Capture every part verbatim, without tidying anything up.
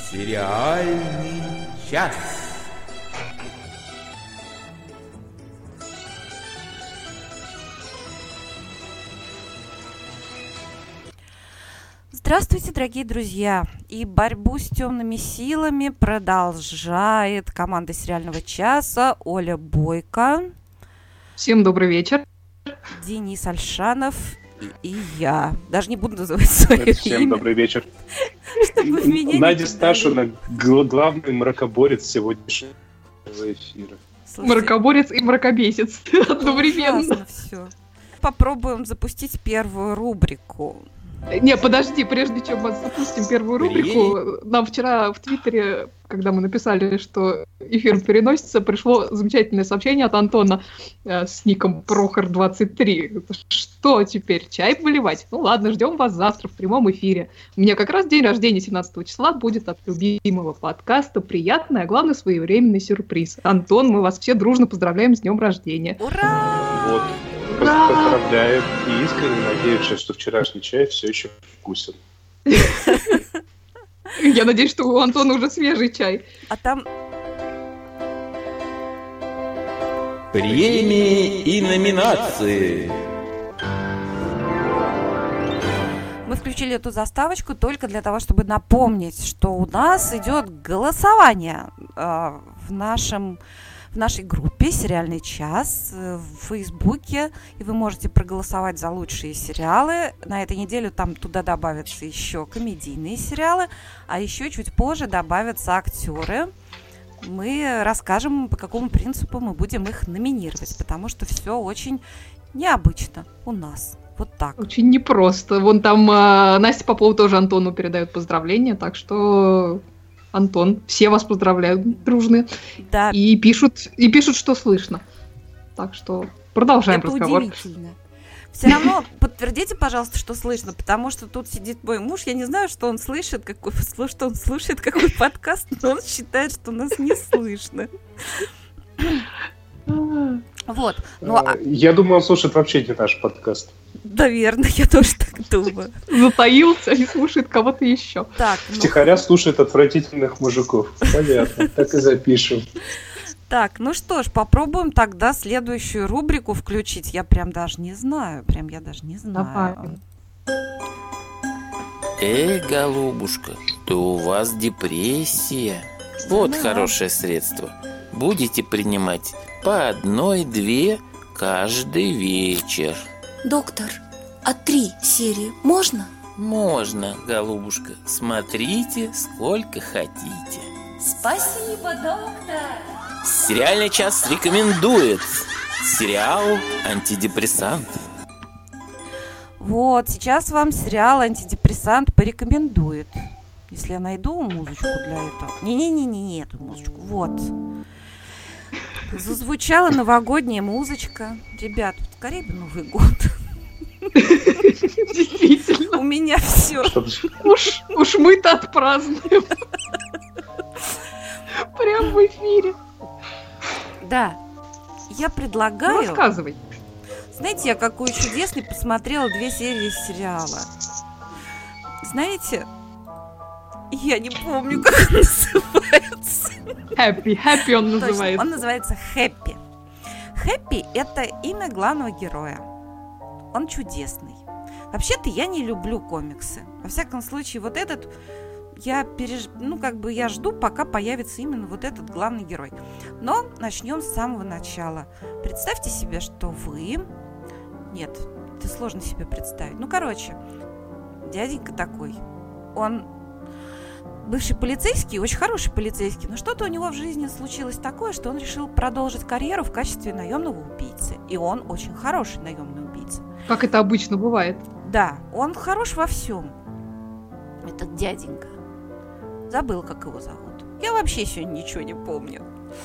Сериальный час. Здравствуйте, дорогие друзья! И борьбу с темными силами продолжает команда сериального часа Оля Бойко. Всем добрый вечер. Денис Альшанов и, и я. Даже не буду называть свое имя. Всем добрый вечер. Надя Сташина, главный мракоборец сегодняшнего эфира. Слушайте, мракоборец и мракобесец одновременно. Все. Попробуем запустить первую рубрику. Не, подожди, прежде чем мы запустим первую рубрику, нам вчера в Твиттере, когда мы написали, что эфир переносится, пришло замечательное сообщение от Антона э, с ником Прохор двадцать три. Что теперь, чай поливать? Ну ладно, ждем вас завтра в прямом эфире. У меня как раз день рождения семнадцатого числа будет от любимого подкаста. Приятный, а главное, своевременный сюрприз. Антон, мы вас все дружно поздравляем с днем рождения. Ура! Вот. Поздравляю и искренне надеюсь, что вчерашний чай все еще вкусен. Я надеюсь, что у Антона уже свежий чай. А там... Премии и номинации. Мы включили эту заставочку только для того, чтобы напомнить, что у нас идет голосование э, в нашем... в нашей группе «Сериальный час» в Фейсбуке, и вы можете проголосовать за лучшие сериалы. На этой неделе там туда добавятся еще комедийные сериалы, а еще чуть позже добавятся актеры. Мы расскажем, по какому принципу мы будем их номинировать, потому что все очень необычно у нас. Вот так. Очень непросто. Вон там э, Настя Попова тоже Антону передает поздравления, так что... Антон, все вас поздравляют, дружные. Да. И пишут, и пишут, что слышно. Так что продолжаем Это разговор. Удивительно. Все равно подтвердите, пожалуйста, что слышно, потому что тут сидит мой муж, я не знаю, что он слышит, какой, что он слушает, какой подкаст, но он считает, что нас не слышно. Вот. Ну, а... Я думаю, он слушает вообще не наш подкаст. Наверное, я тоже так думаю. Затаился и слушает кого-то еще. Так, ну... Втихаря слушает отвратительных мужиков. Понятно, так и запишем. Так, ну что ж, попробуем тогда следующую рубрику включить. Я прям даже не знаю, прям я даже не знаю. Давай. Эй, голубушка, то у вас депрессия. Вот Ну, хорошее средство. Будете принимать по одной-две каждый вечер. Доктор, а три серии можно? Можно, голубушка. Смотрите, сколько хотите. Спасибо, доктор. Сериальный час рекомендует сериал «Антидепрессант». Вот, сейчас вам сериал «Антидепрессант» порекомендует. Если я найду музычку для этого. Не-не-не-не, эту музычку. Вот. Зазвучала новогодняя музычка. Ребят, скорее бы Новый год. Действительно. У меня все. Уж, уж мы-то отпразднуем. Прям в эфире. Да. Я предлагаю... Ну, рассказывай. Знаете, я какой чудесный посмотрела две серии сериала. Знаете, я не помню, как он называется. Happy. Happy он называется. Точно, он называется Happy. Happy – это имя главного героя. Он чудесный. Вообще-то я не люблю комиксы. Во всяком случае, вот этот я переж... ну, как бы я жду, пока появится именно вот этот главный герой. Но начнем с самого начала. Представьте себе, что вы... Нет, это сложно себе представить. Ну, короче, дяденька такой. Он бывший полицейский, очень хороший полицейский, но что-то у него в жизни случилось такое, что он решил продолжить карьеру в качестве наемного убийцы. И он очень хороший наемный убийца. Как это обычно бывает. Да, он хорош во всем. Этот дяденька. Забыл, как его зовут. Я вообще сегодня ничего не помню.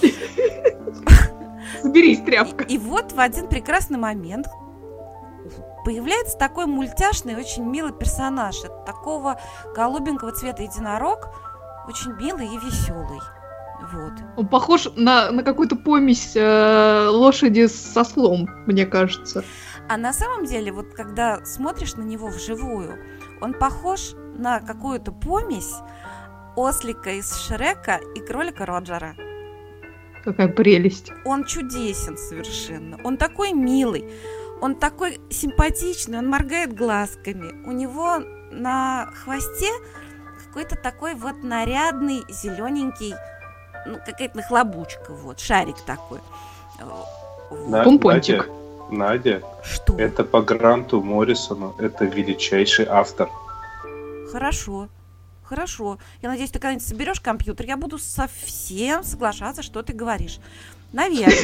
Соберись, тряпка. И, и вот в один прекрасный момент появляется такой мультяшный, очень милый персонаж. Это такого голубенького цвета единорог, очень милый и веселый. Вот. Он похож на, на какую-то помесь э, лошади с ослом, мне кажется. А на самом деле, вот когда смотришь на него вживую, он похож на какую-то помесь ослика из Шрека и кролика Роджера. Какая прелесть. Он чудесен совершенно. Он такой милый, он такой симпатичный, он моргает глазками. У него на хвосте какой-то такой вот нарядный, зелененький, ну, какая-то нахлобучка, вот, шарик такой. На- Помпончик. Надя, Надя, Что? это по Гранту Моррисону, это величайший автор. Хорошо, хорошо. Я надеюсь, ты когда-нибудь соберешь компьютер, я буду совсем соглашаться, что ты говоришь. Наверное.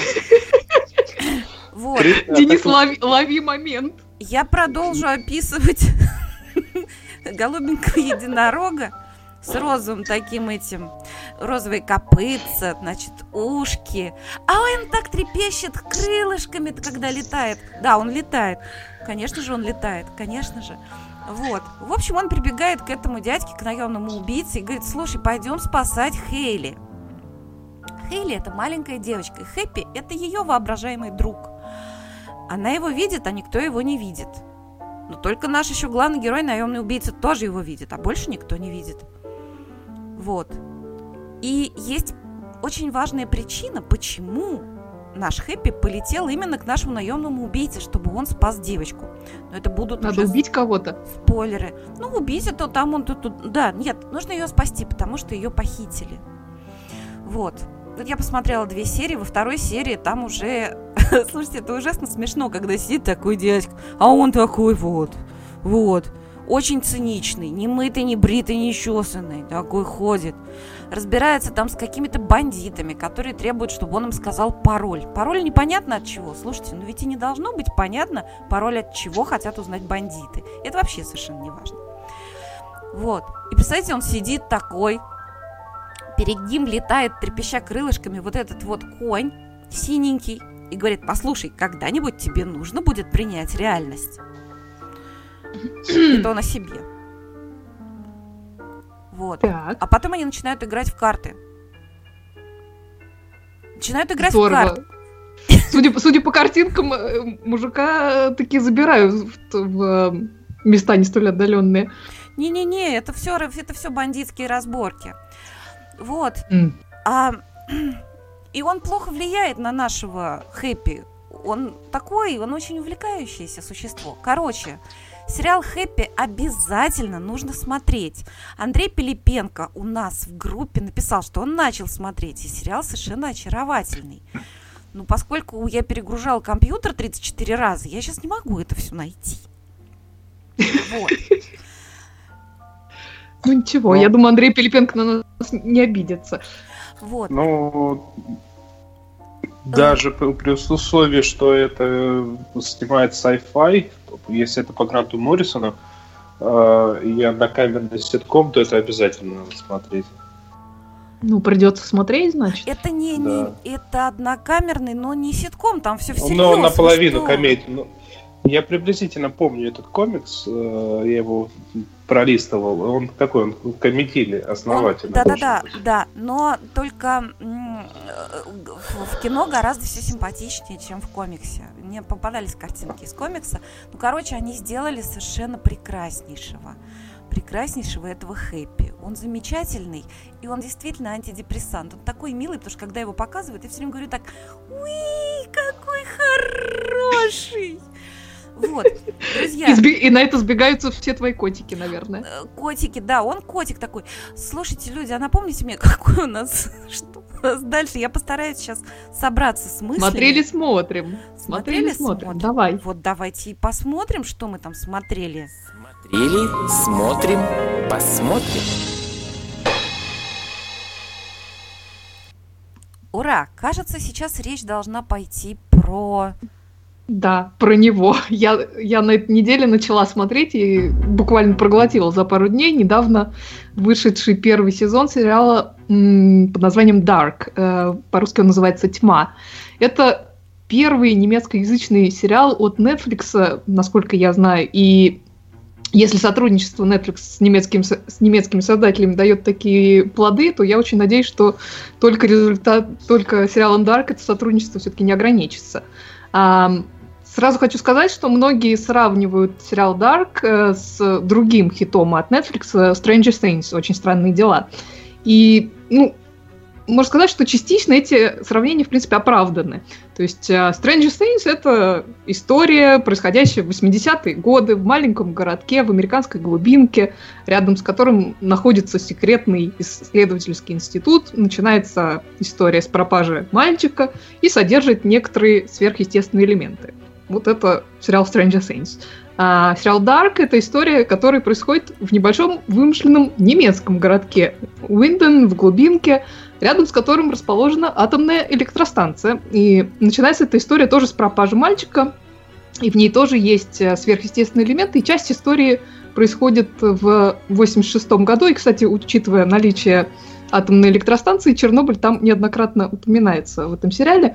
Вот. Денис, лови, лови момент. Я продолжу описывать голубенького единорога с розовым таким этим, розовые копытца, значит, ушки. А он так трепещет крылышками, когда летает. Да, он летает. Конечно же, он летает, конечно же. Вот. В общем, он прибегает к этому дядьке, к наемному убийце, и говорит: слушай, пойдем спасать Хейли. Хейли — это маленькая девочка, и Хэппи — это ее воображаемый друг. Она его видит, а никто его не видит. Но только наш еще главный герой, наемный убийца, тоже его видит, а больше никто не видит. Вот. И есть очень важная причина, почему наш Хэппи полетел именно к нашему наемному убийце, чтобы он спас девочку. Но это будут Надо уже убить кого-то. спойлеры. Ну, убить это там, он тут, тут... Да, нет, нужно ее спасти, потому что ее похитили. Вот. Вот я посмотрела две серии, во второй серии там уже... Слушайте, это ужасно смешно, когда сидит такой дядька, а он такой вот, вот, очень циничный, не мытый, не бритый, не чесанный, такой ходит. Разбирается там с какими-то бандитами, которые требуют, чтобы он им сказал пароль. Пароль непонятно от чего. Слушайте, ну ведь и не должно быть понятно, пароль от чего хотят узнать бандиты. Это вообще совершенно не важно. Вот. И представляете, он сидит такой, перед ним летает, трепеща крылышками, вот этот вот конь синенький, и говорит: послушай, когда-нибудь тебе нужно будет принять реальность. Это он о себе. Вот. Так. А потом они начинают играть в карты. Начинают играть Здорово. в карты. Судя, судя по картинкам, э, мужика таки забирают в, в э, места не столь отдаленные. Не-не-не, это все, это все бандитские разборки. Вот. Mm. А, и он плохо влияет на нашего Хэппи. Он такой, он очень увлекающееся существо. Короче, сериал «Хэппи» обязательно нужно смотреть. Андрей Пилипенко у нас в группе написал, что он начал смотреть, и сериал совершенно очаровательный. Но поскольку я перегружала компьютер тридцать четыре раза, я сейчас не могу это все найти. Вот. Ну ничего, Ну. я думаю, Андрей Пилипенко на нас не обидится. Вот. Ну, даже при, при условии, что это снимает sci-fi, если это по Гранту Моррисону, э, и однокамерный ситком, то это обязательно надо смотреть. Ну, придется смотреть, значит. Это не, Да. не это однокамерный, но не ситком, там все всерьез. Но вы наполовину что? комедия. Ну, я приблизительно помню этот комикс, э, я его пролистывал. Он такой, он комедийный, основательный. Да, да, должен да, быть. да, но только м, э, в в кино гораздо все симпатичнее, чем в комиксе. Мне попадались картинки из комикса. Ну, короче, они сделали совершенно прекраснейшего. прекраснейшего этого Хэппи. Он замечательный, и он действительно антидепрессант. Он такой милый, потому что когда его показывают, я все время говорю так: уи, какой хороший! Вот, друзья. И, сби- и на это сбегаются все твои котики, наверное. Э, Котики, да, он котик такой. Слушайте, люди, а напомните мне, какой у нас, что у нас дальше? Я постараюсь сейчас собраться с мыслями. Смотрели, смотрим. Смотрели, Смотрели, смотрим. смотрим. Давай. Вот давайте и посмотрим, что мы там смотрели. Смотрели, смотрим, посмотрим. Ура! Кажется, сейчас речь должна пойти про... Да, про него. Я, я на этой неделе начала смотреть и буквально проглотила за пару дней недавно вышедший первый сезон сериала м, под названием Dark. Э, по-русски он называется «Тьма». Это первый немецкоязычный сериал от Netflix, насколько я знаю, и если сотрудничество Netflix с, немецким, с немецкими создателями дает такие плоды, то я очень надеюсь, что только результат, только сериалом Dark это сотрудничество все-таки не ограничится. А, сразу хочу сказать, что многие сравнивают сериал Dark э, с другим хитом от Netflix Stranger Things, «Очень странные дела». И, ну, можно сказать, что частично эти сравнения, в принципе, оправданы. То есть Stranger Things — это история, происходящая в восьмидесятые годы в маленьком городке в американской глубинке, рядом с которым находится секретный исследовательский институт. Начинается история с пропажи мальчика и содержит некоторые сверхъестественные элементы. Вот это сериал Stranger Things. А сериал Dark — это история, которая происходит в небольшом вымышленном немецком городке Уинден в глубинке, рядом с которым расположена атомная электростанция. И начинается эта история тоже с пропажи мальчика, и в ней тоже есть сверхъестественные элементы, и часть истории происходит в восемьдесят шестом году, и, кстати, учитывая наличие атомной электростанции, Чернобыль там неоднократно упоминается в этом сериале.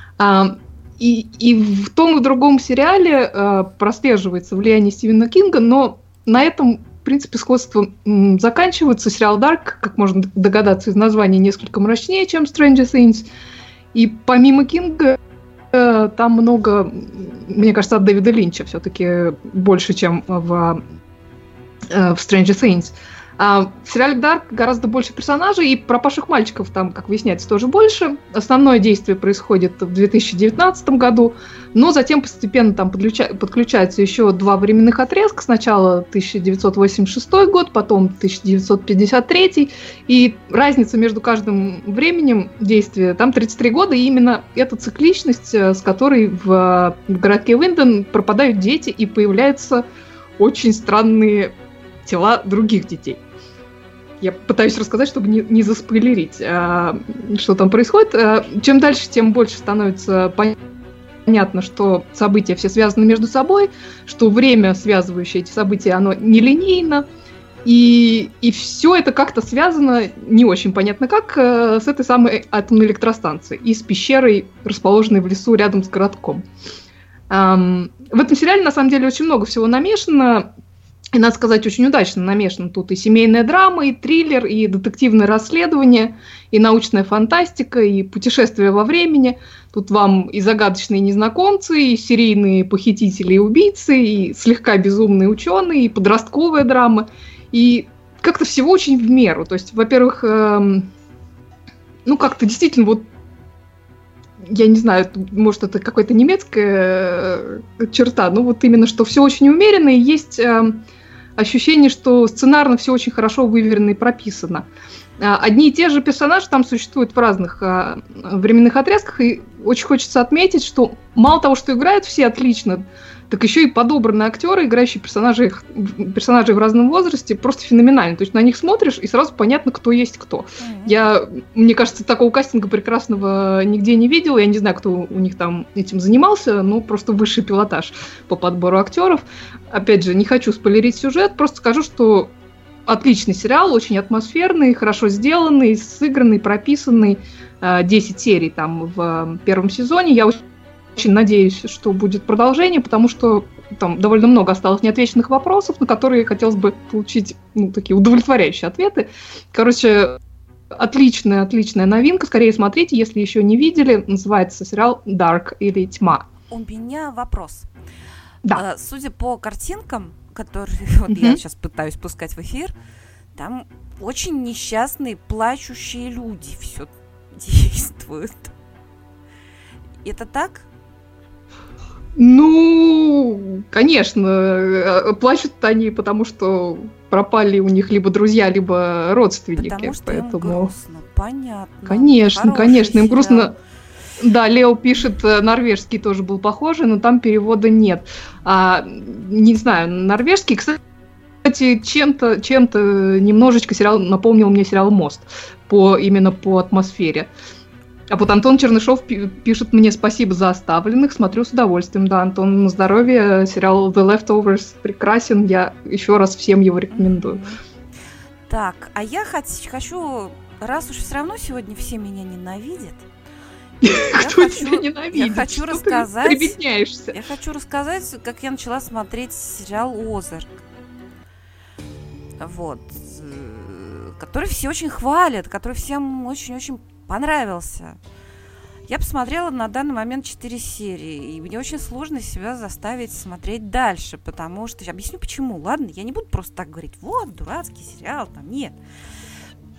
И, и в том и в другом сериале э, прослеживается влияние Стивена Кинга, но на этом, в принципе, сходство м, заканчивается. Сериал Dark, как можно догадаться из названия, несколько мрачнее, чем Stranger Things. И помимо Кинга э, там много, мне кажется, от Дэвида Линча все-таки больше, чем в, э, в Stranger Things. А в сериале Dark гораздо больше персонажей, и пропавших мальчиков там, как выясняется, тоже больше. Основное действие происходит в две тысячи девятнадцатом году, но затем постепенно там подключа- подключаются еще два временных отрезка. Сначала тысяча девятьсот восемьдесят шестой год, потом тысяча девятьсот пятьдесят третий, и разница между каждым временем действия там тридцать три года, и именно эта цикличность, с которой в, в городке Уинден пропадают дети, и появляются очень странные тела других детей. Я пытаюсь рассказать, чтобы не, не заспойлерить, а, что там происходит. А, чем дальше, тем больше становится понятно, что события все связаны между собой, что время, связывающее эти события, оно нелинейно, и, и все это как-то связано, не очень понятно как, с этой самой атомной электростанцией и с пещерой, расположенной в лесу рядом с городком. А, в этом сериале, на самом деле, очень много всего намешано. И, надо сказать, очень удачно намешано. Тут и семейная драма, и триллер, и детективное расследование, и научная фантастика, и путешествия во времени. Тут вам и загадочные незнакомцы, и серийные похитители и убийцы, и слегка безумные ученые, и подростковая драма. И как-то всего очень в меру. То есть, во-первых, эм, ну как-то действительно вот, я не знаю, может, это какая-то немецкая черта, но вот именно, что все очень умеренно, и есть э, ощущение, что сценарно все очень хорошо выверено и прописано. Одни и те же персонажи там существуют в разных э, временных отрезках, и очень хочется отметить, что мало того, что играют все отлично, так еще и подобраны актеры, играющие персонажей, персонажей в разном возрасте, просто феноменально. То есть на них смотришь, и сразу понятно, кто есть кто. Mm-hmm. Я, мне кажется, такого кастинга прекрасного нигде не видела. Я не знаю, кто у них там этим занимался, но просто высший пилотаж по подбору актеров. Опять же, не хочу спойлерить сюжет, просто скажу, что отличный сериал, очень атмосферный, хорошо сделанный, сыгранный, прописанный. десять серий там в первом сезоне. Я очень Очень надеюсь, что будет продолжение, потому что там довольно много осталось неотвеченных вопросов, на которые хотелось бы получить, ну, такие удовлетворяющие ответы. Короче, отличная, отличная новинка. Скорее смотрите, если еще не видели. Называется сериал «Dark» или «Тьма». У меня вопрос. Да. Судя по картинкам, которые вот mm-hmm. я сейчас пытаюсь пускать в эфир, там очень несчастные, плачущие люди все действуют. Это так? Ну, конечно, плачут они, потому что пропали у них либо друзья, либо родственники. Потому что поэтому... им грустно, понятно. Конечно, Хороший конечно, им сериал. грустно. Да, Лео пишет, норвежский тоже был похожий, но там перевода нет. А, не знаю, норвежский, кстати, чем-то, чем-то немножечко сериал напомнил мне сериал «Мост», по, именно по атмосфере. А вот Антон Чернышов пишет мне: спасибо за оставленных, смотрю с удовольствием. Да, Антон, на здоровье. Сериал The Leftovers прекрасен, я еще раз всем его рекомендую. Так, а я хочу, раз уж все равно сегодня все меня ненавидят, кто тебя ненавидит? Я хочу что рассказать, ты прибедняешься? Я хочу рассказать, как я начала смотреть сериал «Озарк». Вот. Который все очень хвалят, который всем очень-очень понравился. Я посмотрела на данный момент четыре серии, и мне очень сложно себя заставить смотреть дальше, потому что... Объясню почему, ладно? Я не буду просто так говорить: вот, дурацкий сериал, там, нет.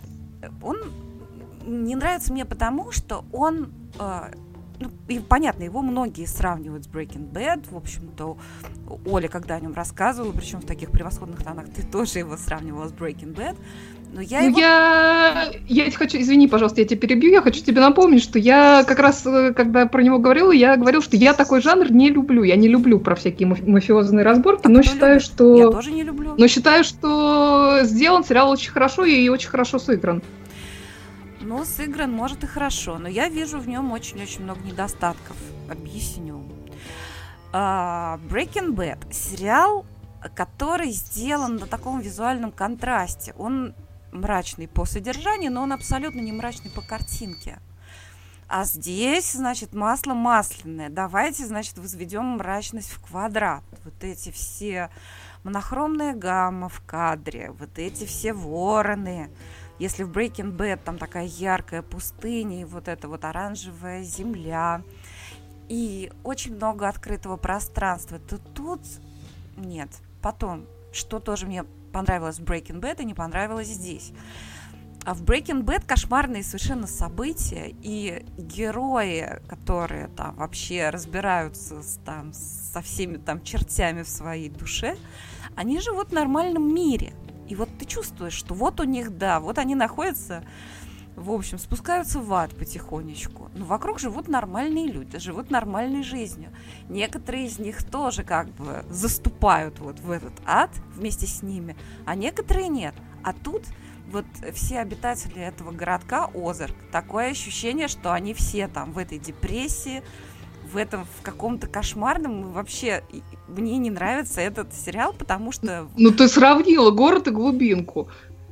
он не нравится мне потому, что он... Э, ну, и понятно, его многие сравнивают с Breaking Bad. В общем-то, Оля, когда о нем рассказывала, причем в таких превосходных тонах, ты тоже его сравнивала с Breaking Bad. Но я, ну, его... я, я хочу, извини, пожалуйста, я тебя перебью, я хочу тебе напомнить, что я как раз, когда про него говорила, я говорила, что я такой жанр не люблю. Я не люблю про всякие мафиозные разборки, а но считаю, любит? что... Я тоже не люблю. Но считаю, что сделан сериал очень хорошо и очень хорошо сыгран. Ну, сыгран, может, и хорошо, но я вижу в нем очень-очень много недостатков. Объясню. Breaking Bad – сериал, который сделан на таком визуальном контрасте. Он мрачный по содержанию, но он абсолютно не мрачный по картинке. А здесь, значит, масло масляное. Давайте, значит, возведем мрачность в квадрат. Вот эти все монохромная гамма в кадре, вот эти все вороны. Если в Breaking Bad там такая яркая пустыня, и вот эта вот оранжевая земля, и очень много открытого пространства, то тут нет. Потом, что тоже мне понравилось в Breaking Bad и не понравилось здесь. А в Breaking Bad кошмарные совершенно события, и герои, которые там вообще разбираются с, там, со всеми там чертями в своей душе, они живут в нормальном мире. И вот ты чувствуешь, что вот у них, да, вот они находятся, в общем, спускаются в ад потихонечку. Но вокруг живут нормальные люди, живут нормальной жизнью. Некоторые из них тоже как бы заступают вот в этот ад вместе с ними, а некоторые нет. А тут вот все обитатели этого городка Озарк, такое ощущение, что они все там в этой депрессии, в этом, в каком-то кошмарном. Вообще, мне не нравится этот сериал, потому что... Ну, ты сравнила город и глубинку.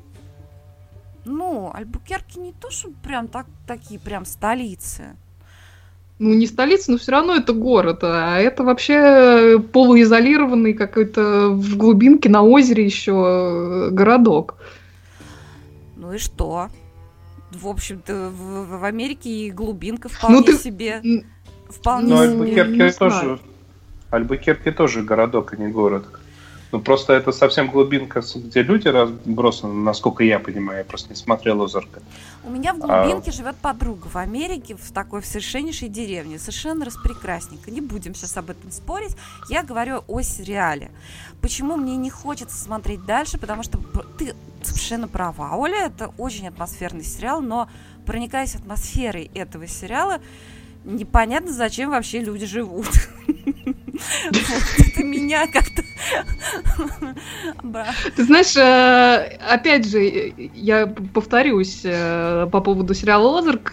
Ну, Альбукерке не то, что прям так, такие прям столицы. Ну, не столица, но все равно это город. А это вообще полуизолированный какой-то в глубинке на озере еще городок. Ну и что? В общем-то, в, в Америке и глубинка вполне ну, ты... себе... Вполне Но Альбукерке тоже, Альбукерке тоже городок, а не город. Ну, просто это совсем глубинка, где люди разбросаны, насколько я понимаю, я просто не смотрел Озарка. У меня в глубинке а... живет подруга в Америке, в такой в совершеннейшей деревне, совершенно распрекрасненько. Не будем сейчас об этом спорить. Я говорю о сериале. Почему мне не хочется смотреть дальше? Потому что ты совершенно права, Оля, это очень атмосферный сериал, но проникаясь атмосферой этого сериала, непонятно, зачем вообще люди живут. Это меня как-то... Ты знаешь, опять же, я повторюсь по поводу сериала «Озарк».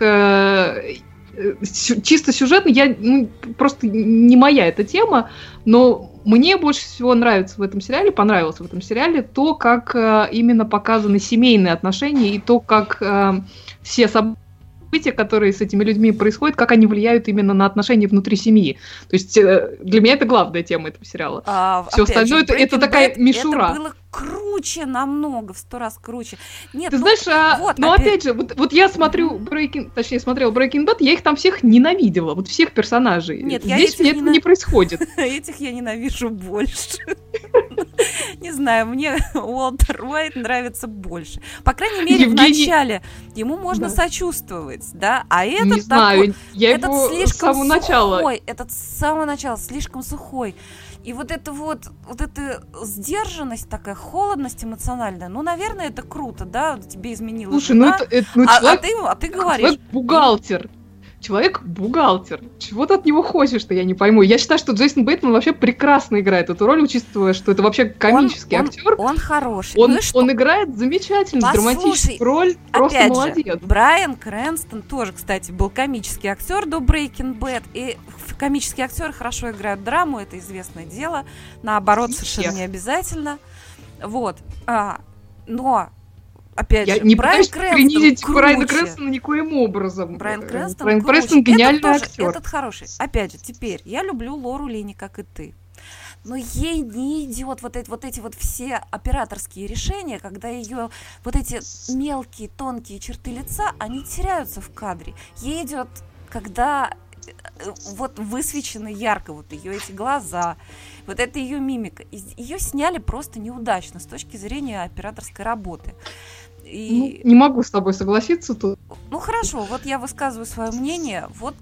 Чисто сюжетно, я ну, просто не моя эта тема, но мне больше всего нравится в этом сериале, понравилось в этом сериале то, как именно показаны семейные отношения и то, как все события, события, которые с этими людьми происходят, как они влияют именно на отношения внутри семьи. То есть для меня это главная тема этого сериала. А, Все остальное же, это, это такая мишура. Это было круче намного, в сто раз круче. Нет, Ты ну, знаешь, а, вот, но опять... опять же, вот, вот я смотрю Breaking, точнее, смотрела Breaking Bad, я их там всех ненавидела, вот всех персонажей. Нет, здесь мне это ненав... не происходит. Этих я ненавижу больше. Не знаю, мне Уолтер Уайт нравится больше. По крайней мере, в начале ему можно сочувствовать, да, а этот не знаю, такой, я этот его слишком с самого начала. сухой, этот с самого начала слишком сухой. И вот это вот, вот эта сдержанность, такая холодность эмоциональная, ну, наверное, это круто, да, тебе изменила Слушай, жена, ну это, это ну, а, человек, а, ты, а ты говоришь... Человек-бухгалтер. Человек-бухгалтер. Чего ты от него хочешь-то, я не пойму. Я считаю, что Джейсон Бейтман вообще прекрасно играет эту роль, учитывая, что это вообще комический он, актер. Он, он хороший. Он, ну он играет замечательно, Послушай, драматическую роль, просто молодец. Же, Брайан Крэнстон тоже, кстати, был комический актер до Breaking Bad, и комические актеры хорошо играют драму, это известное дело. Наоборот, совершенно не обязательно. Вот. А, но... Опять я же, не Брайан пытаюсь принизить Брайана Крэнстона никоим образом. Брайан Крэнстон, Брайан Крэнстон гениальный этот актер. Тоже, этот хороший. Опять же, теперь, я люблю Лору Линни, как и ты. Но ей не идет вот эти, вот эти вот все операторские решения, когда ее вот эти мелкие, тонкие черты лица, они теряются в кадре. Ей идет, когда вот высвечены ярко вот ее эти глаза, вот это ее мимика. Ее сняли просто неудачно с точки зрения операторской работы. И... Ну, не могу с тобой согласиться тут. Ну хорошо, вот я высказываю свое мнение. Вот,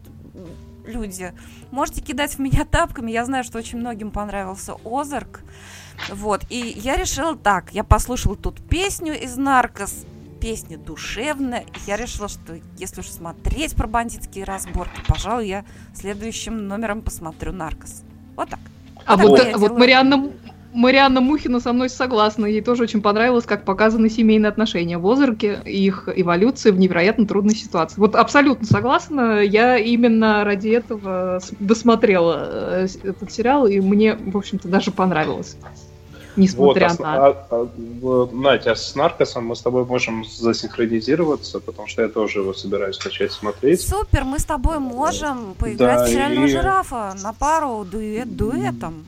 люди, можете кидать в меня тапками. Я знаю, что очень многим понравился Озарк. Вот, и я решила так. Я послушала тут песню из «Наркос». Песня душевная. Я решила, что если уж смотреть про бандитские разборки, пожалуй, я следующим номером посмотрю «Наркос». Вот так. А вот, вот, так вот Марианна, Марианна Мухина со мной согласна. Ей тоже очень понравилось, как показаны семейные отношения в Озарке, их эволюции в невероятно трудной ситуации. Вот абсолютно согласна. Я именно ради этого досмотрела этот сериал, и мне, в общем-то, даже понравилось. Несмотря вот, на... А, а, Надя, а с «Наркосом» мы с тобой можем засинхронизироваться, потому что я тоже его собираюсь начать смотреть. Супер, мы с тобой можем поиграть да, в сериального и... жирафа на пару дуэт дуэтом.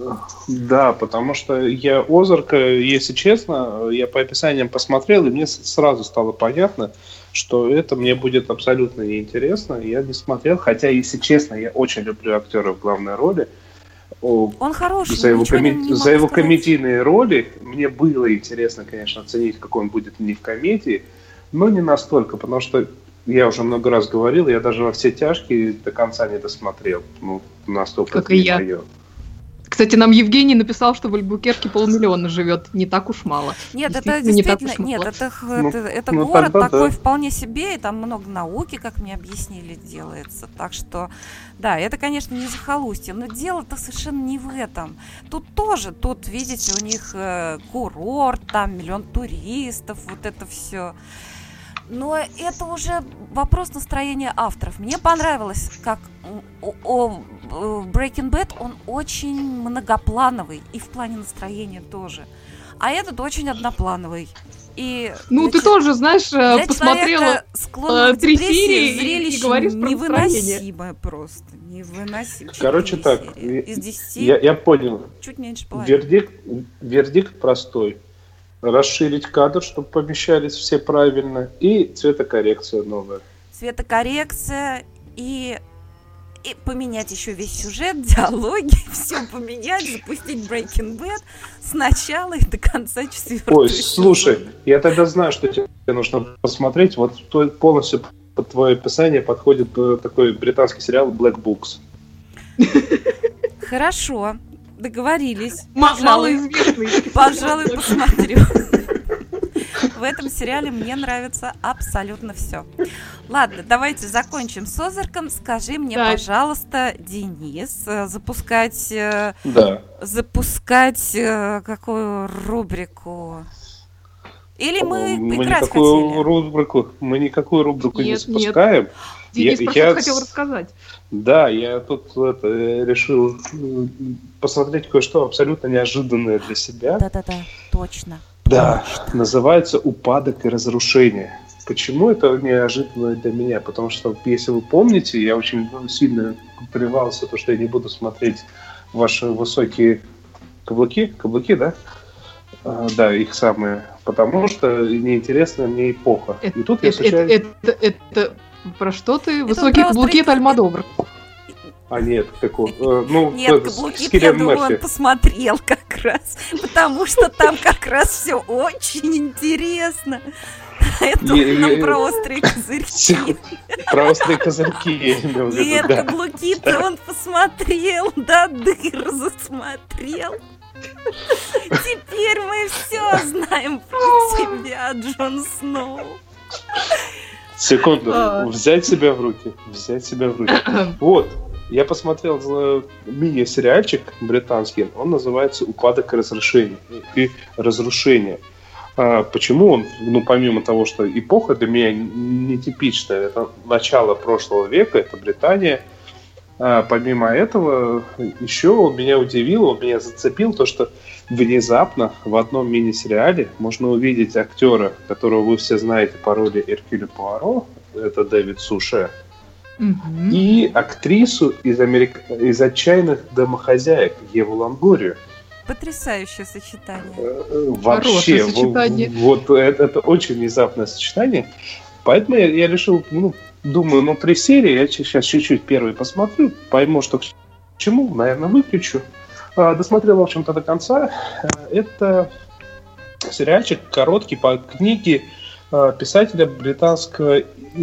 Да, потому что я Озарка, если честно, я по описаниям посмотрел, и мне сразу стало понятно, что это мне будет абсолютно неинтересно. Я не смотрел, хотя, если честно, я очень люблю актера в главной роли. Он хороший. За его, коми... не, не за его сказать. комедийные роли мне было интересно, конечно, оценить, какой он будет не в комедии, но не настолько, потому что я уже много раз говорил, я даже во «Все тяжкие» до конца не досмотрел. Ну, настолько как и я. Мое. Кстати, нам Евгений написал, что в Альбукерке полмиллиона живет. Не так уж мало. Нет, это действительно... Нет, это, ну, это, это ну, город такой да. вполне себе, и там много науки, как мне объяснили, делается. Так что, да, это, конечно, не захолустье, но дело-то совершенно не в этом. Тут тоже, тут, видите, у них э, курорт, там миллион туристов, вот это все. Но это уже вопрос настроения авторов. Мне понравилось, как о, о, Breaking Bad, он очень многоплановый, и в плане настроения тоже. А этот очень одноплановый. И ну, ты ч... тоже, знаешь, для посмотрела склонного к три депрессии, серии зрелище и говоришь про невыносимое просто. Невыносимое. Короче так, из десяти я, я понял. Чуть меньше половины. Вердикт, вердикт простой. Расширить кадр, чтобы помещались все правильно, и цветокоррекция новая. Цветокоррекция и, и поменять еще весь сюжет, диалоги, все поменять, запустить Breaking Bad с начала и до конца четвертого. Ой, слушай, я тогда знаю, что тебе нужно посмотреть. Вот полностью под твое описание подходит такой британский сериал Black Books. Хорошо. Договорились. Малоизвестный. Пожалуй, посмотрю. В этом сериале мне нравится абсолютно все. Ладно, давайте закончим с Озарком. Скажи мне, да. пожалуйста, Денис, запускать, да. запускать какую рубрику? Или мы, мы играть никакую хотели? Рубрику, мы никакую рубрику нет, не запускаем. Нет. Денис я, просто я... хотел рассказать. Да, я тут это, решил посмотреть кое-что абсолютно неожиданное для себя. Да-да-да, точно. Да, точно. Называется «Упадок и разрушение». Почему это неожиданно для меня? Потому что, если вы помните, я очень сильно плевался, то, что я не буду смотреть ваши высокие каблуки. Каблуки, да? А, да, их самые. Потому что неинтересна мне эпоха. Это, и тут это, я случайно... это, это, это... Про что ты? Это высокие каблуки — это Альмодовар. А нет, такого. Ну, нет, каблуки, я думаю, он посмотрел как раз. Потому что там как раз все очень интересно. Это нам про острые козырьки. Про острые козырьки я имел в виду. Нет, каблуки-то он посмотрел, да, дыр засмотрел. Теперь мы все знаем про тебя, Джон Сноу. Секунду, взять себя в руки, взять себя в руки. Вот, я посмотрел мини-сериальчик британский, он называется «Упадок и разрушение». И разрушение. А почему он, ну, помимо того, что эпоха для меня нетипичная, это начало прошлого века, это Британия, а помимо этого, еще он меня удивил, он меня зацепил, то, что внезапно в одном мини-сериале можно увидеть актера, которого вы все знаете по роли Эркюля Пуаро, это Дэвид Суше, mm-hmm. и актрису из, Америк... из «Отчаянных домохозяек» Еву Лонгорию. Потрясающее сочетание. Вообще, сочетание. Вот, вот это, это очень внезапное сочетание. Поэтому я, я решил, ну, думаю, ну, три серии, я сейчас чуть-чуть первый посмотрю, пойму, что к чему, наверное, выключу. А, досмотрел, в общем-то, до конца. Это сериальчик короткий по книге писателя британского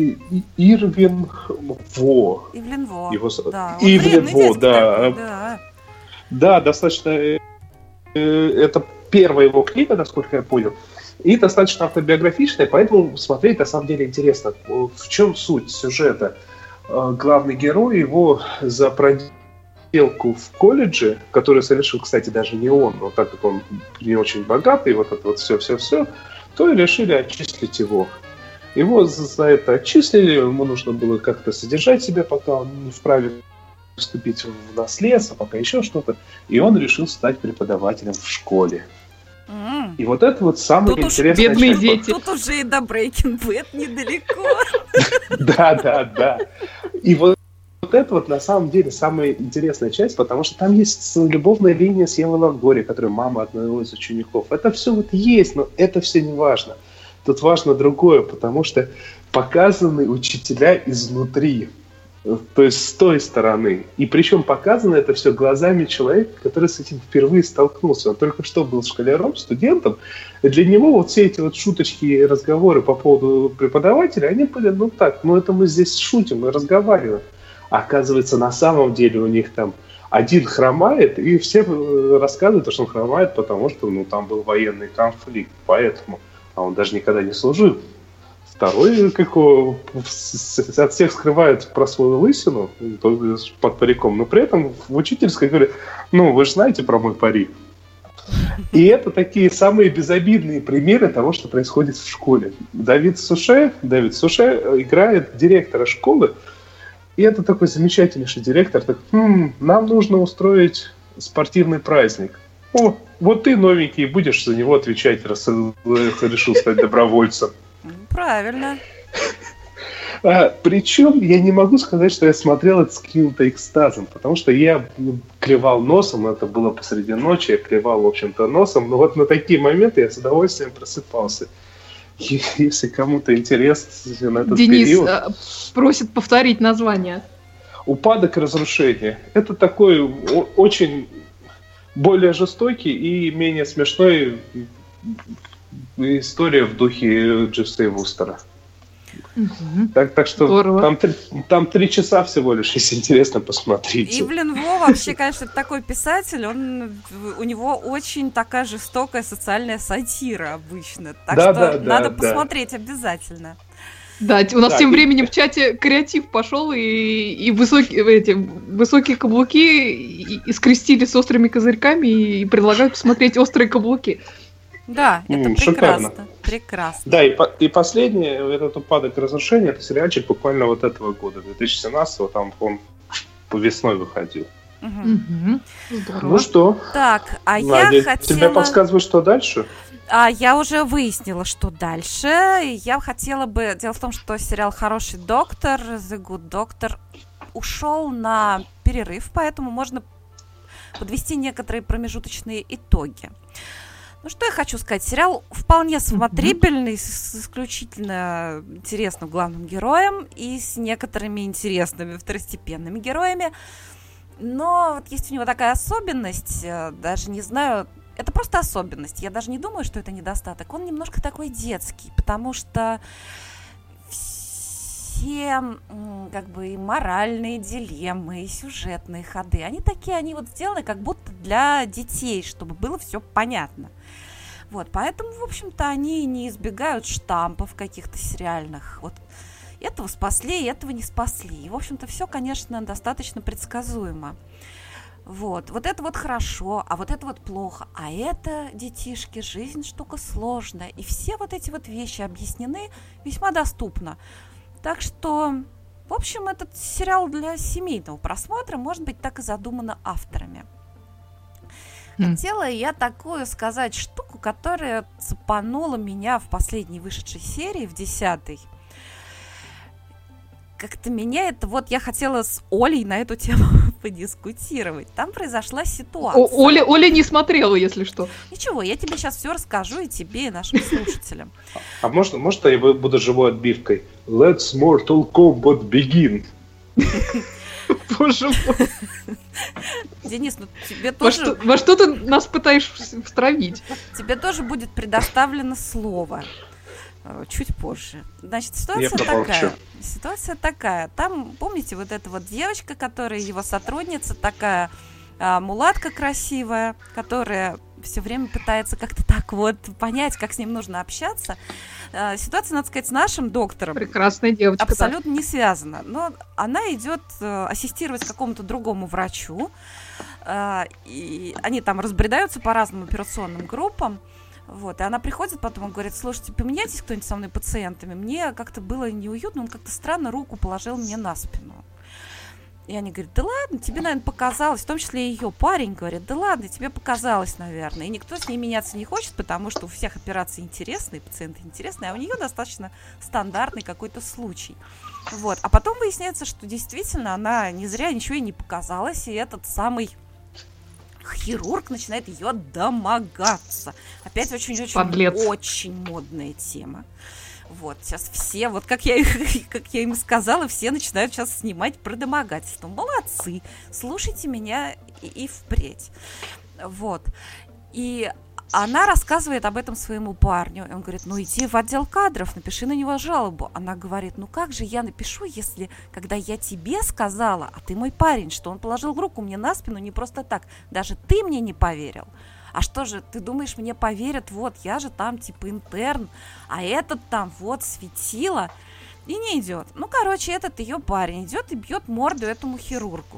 Ирвин Во. Ивлин Во, Его... да. Ивлин Во, да. да. Да, достаточно... Это первая его книга, насколько я понял. И достаточно автобиографичная, поэтому смотреть на самом деле интересно. В чем суть сюжета? Главный герой его за проделку в колледже, которую совершил, кстати, даже не он, но так как он не очень богатый, вот это вот все-все-все, то и решили отчислить его. Его за это отчислили, ему нужно было как-то содержать себя, пока он не вправе вступить в наследство, пока еще что-то. И он решил стать преподавателем в школе. Mm. И вот это вот самое тут интересное... Бедные часть. Дети. Тут уже и до Breaking Bad недалеко. Да, да, да. И вот Вот это вот на самом деле самая интересная часть, потому что там есть любовная линия с Евой Лонгори, которая мама одного из учеников. Это все вот есть, но это все не важно. Тут важно другое, потому что показаны учителя изнутри, то есть с той стороны. И причем показано это все глазами человека, который с этим впервые столкнулся. Он только что был школяром, студентом. И для него вот все эти вот шуточки и разговоры по поводу преподавателя, они были, ну так, ну это мы здесь шутим, мы разговариваем. Оказывается, на самом деле у них там один хромает, и все рассказывают, что он хромает, потому что ну, там был военный конфликт, поэтому. А он даже никогда не служил. Второй, как его, от всех скрывает про свою лысину под париком, но при этом в учительской говорят, ну, вы же знаете про мой парик. И это такие самые безобидные примеры того, что происходит в школе. Давид Суше, Давид Суше играет директора школы, и это такой замечательнейший директор. Так, хм, нам нужно устроить спортивный праздник. О, вот ты новенький, будешь за него отвечать, раз решил стать добровольцем. Правильно. А, причем я не могу сказать, что я смотрел это с каким-то экстазом, потому что я клевал носом, это было посреди ночи, я клевал, в общем-то, носом, но вот на такие моменты я с удовольствием просыпался. Если кому-то интересно на этот Денис период... Денис просит повторить название. «Упадок и разрушение». Это такой очень более жестокий и менее смешной история в духе Дживса и Вустера. Угу. Так, так что там, там три часа всего лишь, если интересно, посмотрите. Ивлин Во вообще, конечно, такой писатель, он, у него очень такая жестокая социальная сатира обычно. Так да, что да, надо да, посмотреть да. обязательно. Да, у нас да, тем и... временем в чате креатив пошел, и, и высокие, эти, высокие каблуки и, и скрестили с острыми козырьками и предлагают посмотреть «Острые каблуки». Да, это М, прекрасно, шикарно. прекрасно. Да, и, по, и последний, этот «Упадок и разрушение», это сериальчик буквально вот этого года, две тысячи семнадцатого, там он по весной выходил. Угу. Угу. Ну что? Так, а Надя, я хотела... тебе подсказывают, что дальше? А я уже выяснила, что дальше. Я хотела бы... Дело в том, что сериал «Хороший доктор», «The Good Doctor» ушел на перерыв, поэтому можно подвести некоторые промежуточные итоги. Ну, что я хочу сказать. Сериал вполне смотрибельный, с исключительно интересным главным героем и с некоторыми интересными второстепенными героями. Но вот есть у него такая особенность, даже не знаю... Это просто особенность. Я даже не думаю, что это недостаток. Он немножко такой детский, потому что все как бы и моральные дилеммы, и сюжетные ходы, они такие, они вот сделаны как будто для детей, чтобы было все понятно. Вот, поэтому, в общем-то, они не избегают штампов каких-то сериальных. Вот этого спасли, этого не спасли. И, в общем-то, все, конечно, достаточно предсказуемо. Вот, вот это вот хорошо, а вот это вот плохо, а это, детишки, жизнь штука сложная, и все вот эти вот вещи объяснены весьма доступно. Так что, в общем, этот сериал для семейного просмотра, может быть, так и задумано авторами. Mm. Хотела я такую сказать штуку, которая цепанула меня в последней вышедшей серии, в десятой. Как-то меня это... Вот я хотела с Олей на эту тему подискутировать. Там произошла ситуация. О, Оля, Оля не смотрела, если что. Ничего, я тебе сейчас все расскажу, и тебе, и нашим слушателям. А можно, можно я буду живой отбивкой? Let's Mortal Kombat begin. Боже мой. Денис, ну тебе тоже... Во что ты нас пытаешься втравить? Тебе тоже будет предоставлено слово. чуть позже. Значит, ситуация такая. Ситуация такая. Там, помните, вот эта вот девочка, которая его сотрудница, такая а, мулатка красивая, которая все время пытается как-то так вот понять, как с ним нужно общаться. А, ситуация, надо сказать, с нашим доктором. Прекрасная девочка. Абсолютно да. не связана. Но она идет а, ассистировать какому-то другому врачу. А, и они там разбредаются по разным операционным группам. Вот, и она приходит потом и говорит: слушайте, поменяйтесь кто-нибудь со мной пациентами. Мне как-то было неуютно, он как-то странно руку положил мне на спину. И они говорят: да ладно, тебе, наверное, показалось. В том числе и ее парень говорит: да ладно, тебе показалось, наверное. И никто с ней меняться не хочет, потому что у всех операции интересные, пациенты интересные, а у нее достаточно стандартный какой-то случай. Вот, а потом выясняется, что действительно она не зря ничего ей не показалось, и этот самый хирург начинает ее домогаться. Опять очень-очень-очень модная тема. Вот, сейчас все, вот как я, как я им сказала, все начинают сейчас снимать про домогательство. Молодцы, слушайте меня и, и впредь. Вот. И она рассказывает об этом своему парню. И он говорит: ну иди в отдел кадров, напиши на него жалобу. Она говорит: ну как же я напишу, если, когда я тебе сказала, а ты мой парень, что он положил руку мне на спину не просто так, даже ты мне не поверил. А что же, ты думаешь, мне поверят? Вот, я же там типа интерн, а этот там вот светило. И не идет. Ну, короче, этот ее парень идет и бьет морду этому хирургу.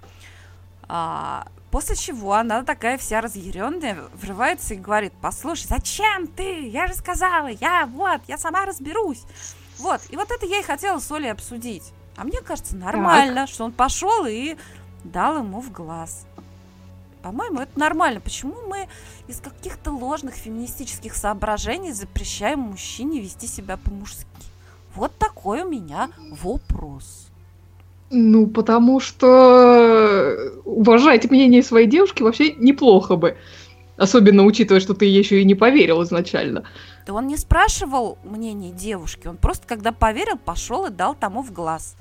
А, после чего она такая вся разъяренная врывается и говорит: послушай, зачем ты? Я же сказала, я вот, я сама разберусь. Вот, и вот это я и хотела с Олей обсудить. А мне кажется, нормально, так. что он пошел и дал ему в глаз. По-моему, это нормально. Почему мы из каких-то ложных феминистических соображений запрещаем мужчине вести себя по-мужски? Вот такой у меня вопрос. Ну, потому что уважать мнение своей девушки вообще неплохо бы. Особенно учитывая, что ты еще и не поверил изначально. Да он не спрашивал мнение девушки. Он просто, когда поверил, пошел и дал тому в глаз.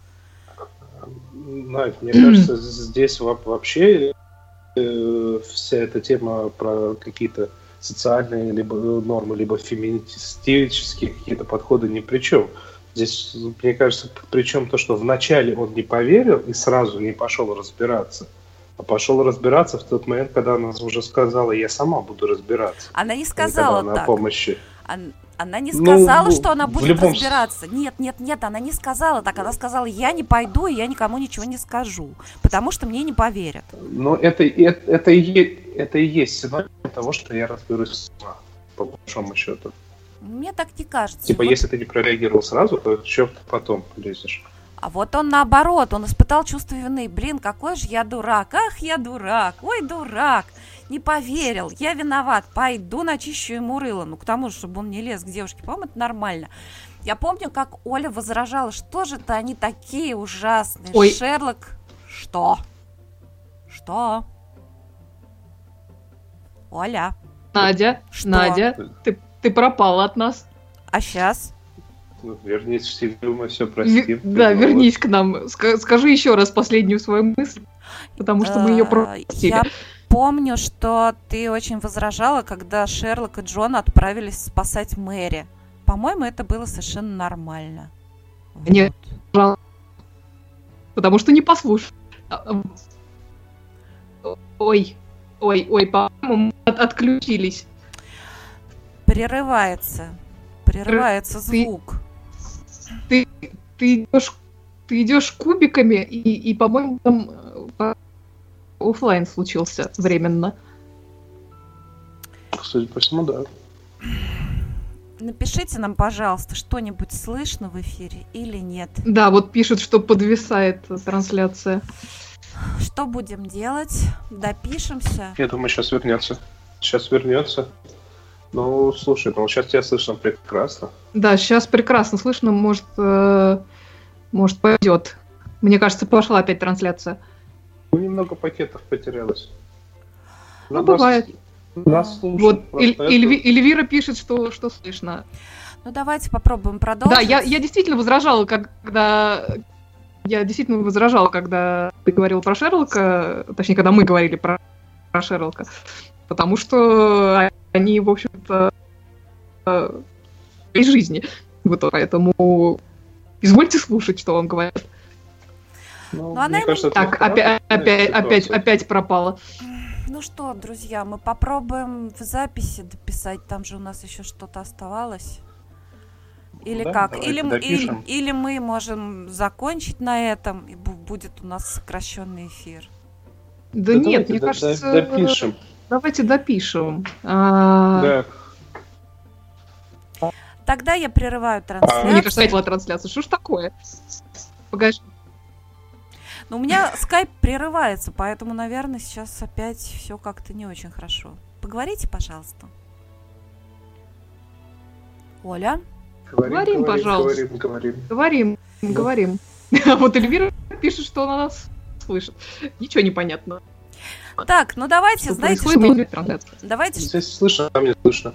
Надь, мне кажется, здесь вообще э, вся эта тема про какие-то социальные либо нормы, либо феминистические какие-то подходы ни при чем. Здесь, мне кажется, причем то, что вначале он не поверил и сразу не пошел разбираться, а пошел разбираться в тот момент, когда она уже сказала: я сама буду разбираться. Она не сказала она так. Помощи. Она, она не сказала, ну, что она будет любом... разбираться. Нет, нет, нет, она не сказала так. Она сказала: я не пойду, и я никому ничего не скажу, потому что мне не поверят. Но это, это, это, и, это и есть синоним того, что я разберусь сама, по большому счету. Мне так не кажется. Типа, вот... если ты не прореагировал сразу, то что ты потом лезешь? А вот он наоборот, он испытал чувство вины. Блин, какой же я дурак. Ах, я дурак. Ой, дурак. Не поверил. Я виноват. Пойду начищу ему рыло. Ну, к тому же, чтобы он не лез к девушке. По-моему, это нормально. Я помню, как Оля возражала: что же-то они такие ужасные. Ой. Шерлок. Что? Что? Оля. Надя, Что? Надя, ты, ты пропала от нас. А сейчас? Ну, вернись в себя, мы все простим. В... Да, вернись к нам. Ска- скажи еще раз последнюю свою мысль, потому что мы ее простили. Я помню, что ты очень возражала, когда Шерлок и Джон отправились спасать Мэри. По-моему, это было совершенно нормально. Нет, вот. Потому что не послушал. Ой, ой, ой, по-моему, от- отключились. Прерывается. Прерывается Ты- звук. Ты, ты идешь, ты идешь кубиками, и, и, по-моему, там э, оффлайн случился временно. Судя по всему, да. Напишите нам, пожалуйста, что-нибудь слышно в эфире или нет. Да, вот пишут, что подвисает трансляция. Что будем делать? Допишемся. Я думаю, сейчас вернется. Сейчас вернется. Ну, слушай, ну сейчас тебя слышно прекрасно. Да, сейчас прекрасно слышно, может, э, может пойдет. Мне кажется, пошла опять трансляция. Ну, немного пакетов потерялось. Ну, нас, бывает. Нас слушают. Вот Эль- Эльви- Эльвира пишет, что, что слышно. Ну, давайте попробуем продолжить. Да, я, я действительно возражала, когда... Я действительно возражала, когда ты говорил про Шерлока, точнее, когда мы говорили про, про Шерлока, потому что они, в общем-то, жизни. Вот, поэтому извольте слушать, что вам говорят. Ну, Ну, она мне им- кажется, Так, это опять, нормальная опять, опять, ситуация. опять пропала. Ну что, друзья, мы попробуем в записи дописать. Там же у нас еще что-то оставалось. Или Да, как? давайте Или, м- или, допишем. или мы можем закончить на этом, и бу- будет у нас сокращенный эфир. Да, Да нет, давайте мне до- кажется, до- допишем. давайте допишем. А, Да. Тогда я прерываю Мне трансляцию. кажется, я трансляцию. Что ж такое? Погоди. Но у меня скайп прерывается, поэтому, наверное, сейчас опять все как-то не очень хорошо. Поговорите, пожалуйста. Оля? Говорим, пожалуйста. Говорим, говорим. Говорим, Ну. говорим. А вот Эльвира пишет, что она нас слышит. Ничего не понятно. Так, ну давайте, Что знаете происходит, что? мы не трансляцию. Давайте, что- Здесь слышно, а мне слышно.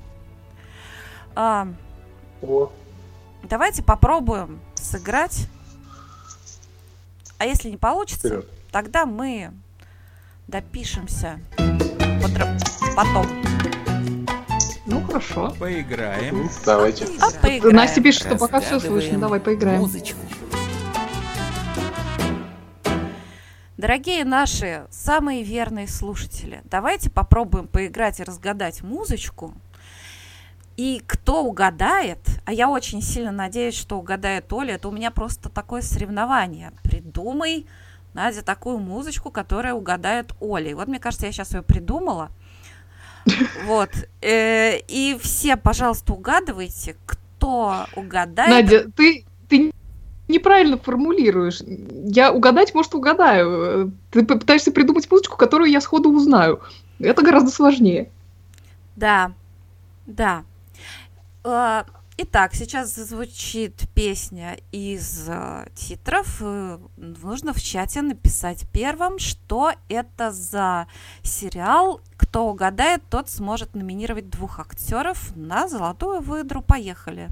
а, О, давайте попробуем сыграть. А если не получится, вперед. тогда мы допишемся потр- потом. Ну, хорошо. Поиграем. Давайте. А поиграем. Настя пишет, что пока все Разгадываем слышно. Давай поиграем. Музычку. Дорогие наши самые верные слушатели, давайте попробуем поиграть и разгадать музычку. И кто угадает, а я очень сильно надеюсь, что угадает Оля, это у меня просто такое соревнование. Придумай, Надя, такую музычку, которая угадает Оля. И вот, мне кажется, я сейчас ее придумала. Вот. Э, И все, пожалуйста, угадывайте, кто угадает. Надя, ты, ты неправильно формулируешь. Я угадать, может, угадаю. Ты пытаешься придумать музычку, которую я сходу узнаю. Это гораздо сложнее. Да, да. Э, Итак, сейчас звучит песня из э, титров. Э, Нужно в чате написать первым, что это за сериал. Кто угадает, тот сможет номинировать двух актеров на золотую выдру. Поехали.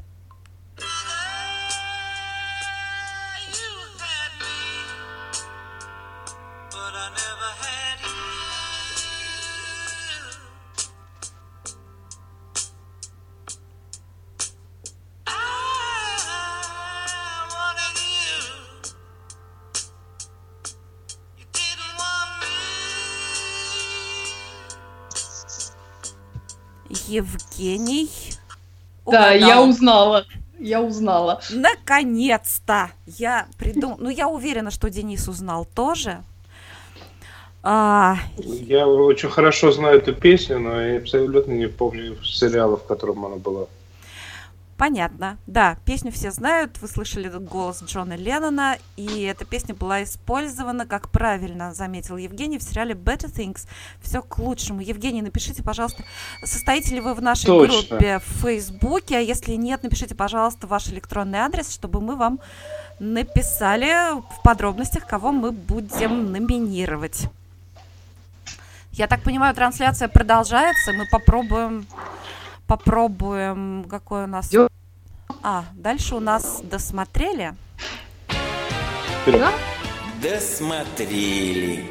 Евгений. Да, угадал. я узнала. Я узнала. Наконец-то! Я придум... Ну, я уверена, что Денис узнал тоже. А, Я очень хорошо знаю эту песню, но я абсолютно не помню сериала, в котором она была. понятно. Да, песню все знают. Вы слышали голос Джона Леннона. И эта песня была использована, как правильно заметил Евгений, в сериале Better Things. Все к лучшему. Евгений, напишите, пожалуйста, состоите ли вы в нашей Точно. группе в Фейсбуке. А если нет, напишите, пожалуйста, ваш электронный адрес, чтобы мы вам написали в подробностях, кого мы будем номинировать. Я так понимаю, трансляция продолжается. Мы попробуем, попробуем, какой у нас... Идёт. А, дальше у нас досмотрели. Вперед. Досмотрели.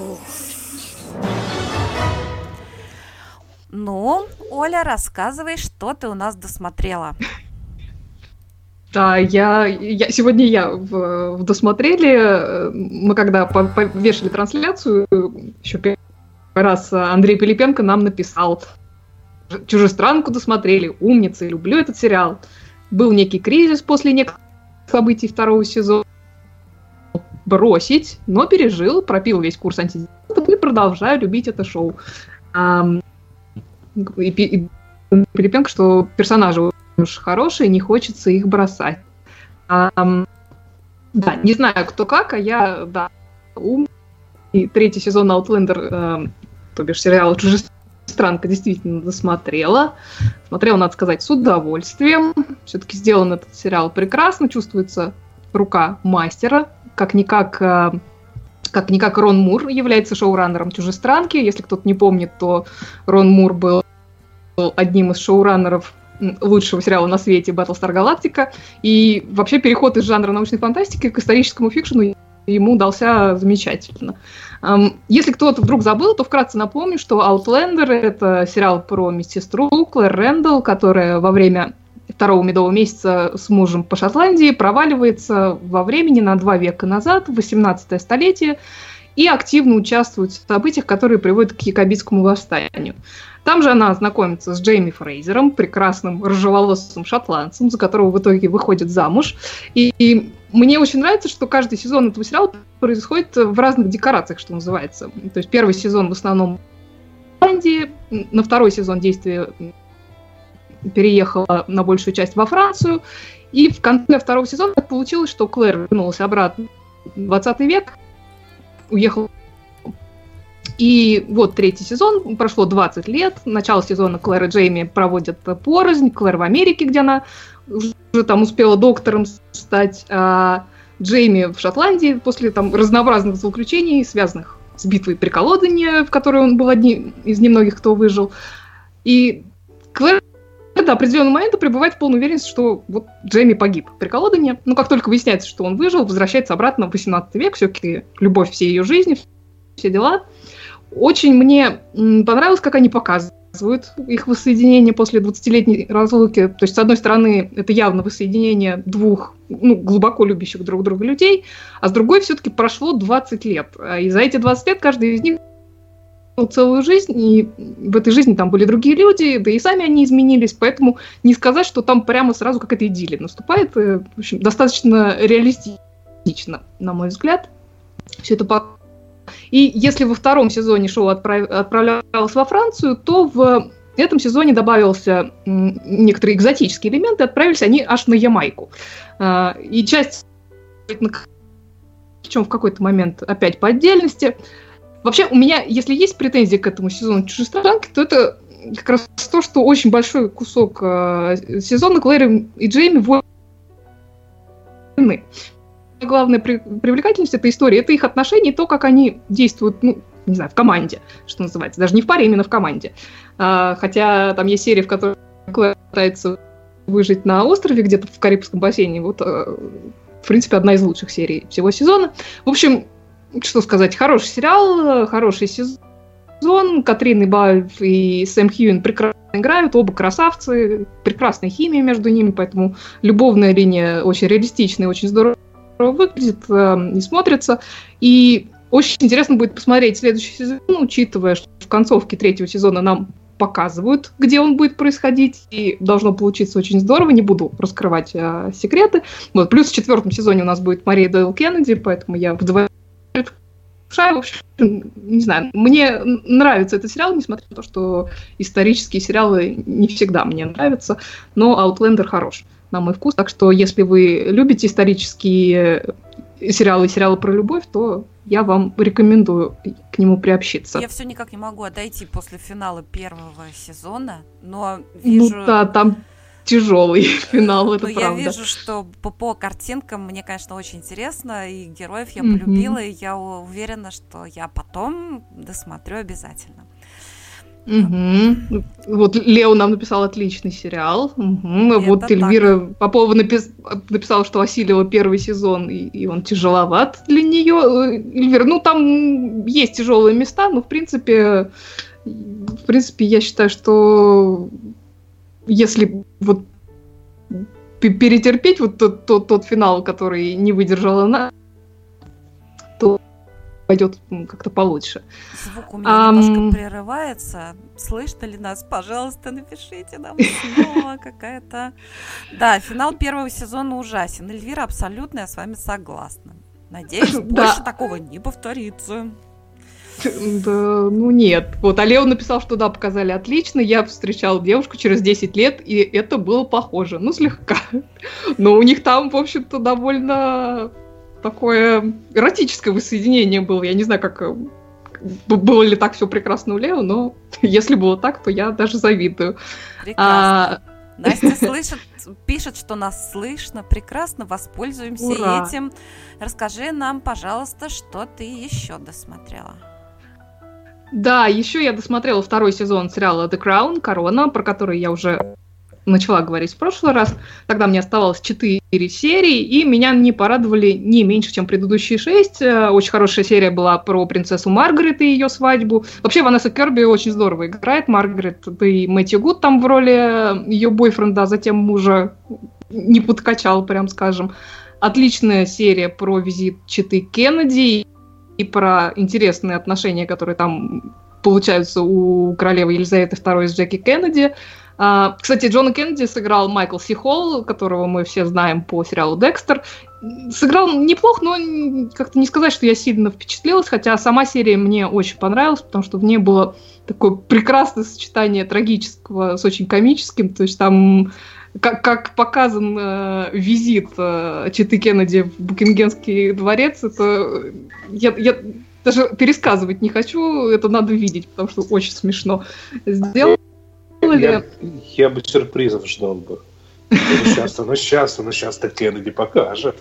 Ну, Оля, рассказывай, что ты у нас досмотрела. Да, я, я сегодня я в, в досмотрели. Мы когда по- повешали трансляцию, еще первый раз Андрей Пилипенко нам написал: «Чужестранку досмотрели, умницы, люблю этот сериал. Был некий кризис после некоторых событий второго сезона. Бросить, но пережил, пропил весь курс антидепрессантов и продолжаю любить это шоу». Ам, И, Пи- и Пилипенко, что персонажи уж хорошие, не хочется их бросать. Ам, да, не знаю, кто как, а я, да, ум. И третий сезон Outlander, эм, то бишь сериала «Чужестранка», действительно досмотрела. Смотрела, надо сказать, с удовольствием. Все-таки сделан этот сериал прекрасно, чувствуется рука мастера. Как-никак, э, как-никак Рон Мур является шоураннером «Чужестранки». Если кто-то не помнит, то Рон Мур был одним из шоураннеров лучшего сериала на свете «Battlestar Galactica». И вообще переход из жанра научной фантастики к историческому фикшену ему удался замечательно. Если кто-то вдруг забыл, то вкратце напомню, что Outlander — это сериал про медсестру Клэр Рэндалл, которая во время второго медового месяца с мужем по Шотландии, проваливается во времени на два века назад, в восемнадцатое столетие, и активно участвует в событиях, которые приводят к якобитскому восстанию. Там же она знакомится с Джейми Фрейзером, прекрасным рыжеволосым шотландцем, за которого в итоге выходит замуж. И, и мне очень нравится, что каждый сезон этого сериала происходит в разных декорациях, что называется. То есть первый сезон в основном в Ирландии, на второй сезон действие переехала на большую часть во Францию, и в конце второго сезона так получилось, что Клэр вернулась обратно в двадцатый век, уехала. И вот третий сезон, прошло двадцать лет, начало сезона Клэр и Джейми проводят порознь, Клэр в Америке, где она уже там успела доктором стать, а Джейми в Шотландии после там разнообразных злоключений, связанных с битвой при Колодоне, в которой он был одним из немногих, кто выжил. И Клэр до определенного момента пребывает в полной уверенности, что вот Джейми погиб при Колодоне. Но как только выясняется, что он выжил, возвращается обратно в восемнадцатый век, все-таки любовь всей ее жизни, все дела. Очень мне понравилось, как они показывают их воссоединение после двадцатилетней разлуки. То есть, с одной стороны, это явно воссоединение двух ну, глубоко любящих друг друга людей, а с другой все-таки прошло двадцать лет. И за эти двадцать лет каждый из них целую жизнь, и в этой жизни там были другие люди, да и сами они изменились, поэтому не сказать, что там прямо сразу какая-то идиллия наступает. В общем, достаточно реалистично, на мой взгляд. Все это по... И если во втором сезоне шоу отправ... отправлялось во Францию, то в этом сезоне добавился некоторые экзотические элементы, отправились они аж на Ямайку. И часть, причем в какой-то момент опять по отдельности. Вообще, у меня, если есть претензии к этому сезону «Чужестранки», то это как раз то, что очень большой кусок э, сезона Клэр и Джейми войны. Главная при- привлекательность этой истории – это их отношения и то, как они действуют, ну, не знаю, в команде, что называется. Даже не в паре, именно в команде. А, хотя там есть серия, в которой Клэр пытается выжить на острове, где-то в Карибском бассейне. Вот, э, в принципе, одна из лучших серий всего сезона. В общем, что сказать, хороший сериал, хороший сезон. Катрин Ибаев и Сэм Хьюин прекрасно играют, оба красавцы, прекрасная химия между ними, поэтому любовная линия очень реалистичная, очень здорово выглядит э, и смотрится. И очень интересно будет посмотреть следующий сезон, учитывая, что в концовке третьего сезона нам показывают, где он будет происходить, и должно получиться очень здорово, не буду раскрывать э, секреты. Вот. Плюс в четвертом сезоне у нас будет Мария Дойл Кеннеди, поэтому я вдвоем в общем, не знаю, мне нравится этот сериал, несмотря на то, что исторические сериалы не всегда мне нравятся, но Outlander хорош, на мой вкус. Так что, если вы любите исторические сериалы и сериалы про любовь, то я вам рекомендую к нему приобщиться. Я все никак не могу отойти после финала первого сезона, но вижу... Ну да, там тяжелый финал, это но правда. Я вижу, что по, по картинкам мне, конечно, очень интересно, и героев я полюбила, mm-hmm. и я уверена, что я потом досмотрю обязательно. Mm-hmm. Вот Лео нам написал отличный сериал. Mm-hmm. Вот Эльвира так. Попова напис... написала, что осилила первый сезон, и, и он тяжеловат для нее. Эльвира, ну там есть тяжелые места, но в принципе, в принципе, я считаю, что если вот перетерпеть вот тот, тот, тот финал, который не выдержала она, то пойдет как-то получше. Звук у меня um... немножко прерывается. Слышно ли нас? Пожалуйста, напишите нам снова какая-то... Да, финал первого сезона ужасен. Эльвира, абсолютно я с вами согласна. Надеюсь, больше такого не повторится. Да, ну нет. Вот, а Лео написал, что да, показали отлично. Я встречал девушку через десять лет, и это было похоже. Ну, слегка. Но у них там, в общем-то, довольно такое эротическое воссоединение было. Я не знаю, как было ли так все прекрасно у Лео, но если было так, то я даже завидую. Прекрасно. А... Настя слышит, пишет, что нас слышно. Прекрасно, воспользуемся Ура. этим. Расскажи нам, пожалуйста, что ты еще досмотрела. Да, еще я досмотрела второй сезон сериала The Crown, Корона, про который я уже начала говорить в прошлый раз. Тогда мне оставалось четыре серии, и меня не порадовали не меньше, чем предыдущие шесть. Очень хорошая серия была про принцессу Маргарет и ее свадьбу. Вообще, Ванесса Кёрби очень здорово играет Маргарет. Да и Мэтью Гуд там в роли ее бойфренда, а затем мужа не подкачал, прям скажем. Отличная серия про визит четы Кеннеди и про интересные отношения, которые там получаются у королевы Елизаветы второй с Джеки Кеннеди. Uh, кстати, Джона Кеннеди сыграл Майкл Си Холл, которого мы все знаем по сериалу «Декстер». Сыграл неплохо, но как-то не сказать, что я сильно впечатлилась, хотя сама серия мне очень понравилась, потому что в ней было такое прекрасное сочетание трагического с очень комическим, то есть там как, как показан э, визит э, четы Кеннеди в Букингемский дворец, это я, я даже пересказывать не хочу, это надо видеть, потому что очень смешно сделано. Я, я бы сюрпризов ждал бы. Ну сейчас, ну сейчас, ну сейчас-то Кеннеди покажет.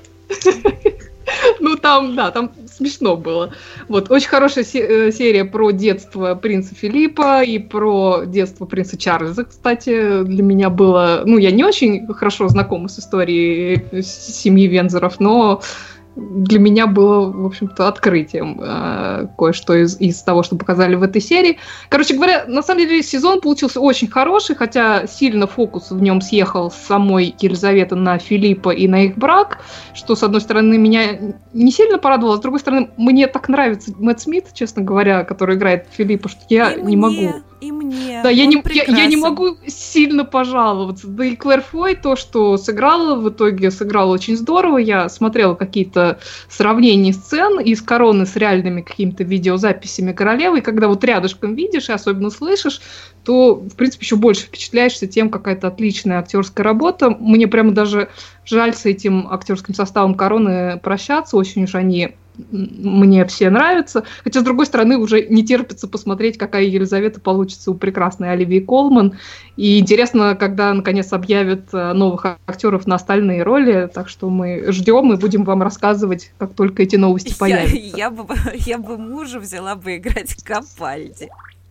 Ну там, да, там смешно было. Вот, очень хорошая се- серия про детство принца Филиппа и про детство принца Чарльза, кстати, для меня было... Ну, я не очень хорошо знакома с историей семьи Виндзоров, но... Для меня было, в общем-то, открытием э, кое-что из, из того, что показали в этой серии. Короче говоря, на самом деле сезон получился очень хороший, хотя сильно фокус в нем съехал с самой Елизаветы на Филиппа и на их брак, что, с одной стороны, меня не сильно порадовало, а с другой стороны, мне так нравится Мэтт Смит, честно говоря, который играет Филиппа, что я и не мне, могу... И мне. Да, я не, я, я не прекрасен. могу сильно пожаловаться. Да и Клэр Фой, то, что сыграла, в итоге сыграла очень здорово. Я смотрела какие-то сравнения сцен из «Короны» с реальными какими-то видеозаписями королевы. И когда вот рядышком видишь и особенно слышишь, то, в принципе, еще больше впечатляешься тем, какая это отличная актерская работа. Мне прямо даже жаль с этим актерским составом «Короны» прощаться. Очень уж они... мне все нравятся. Хотя, с другой стороны, уже не терпится посмотреть, какая Елизавета получится у прекрасной Оливии Колман. И интересно, когда, наконец, объявят новых актеров на остальные роли. Так что мы ждем и будем вам рассказывать, как только эти новости появятся. Я, я, бы, я бы мужа взяла бы играть Капальди.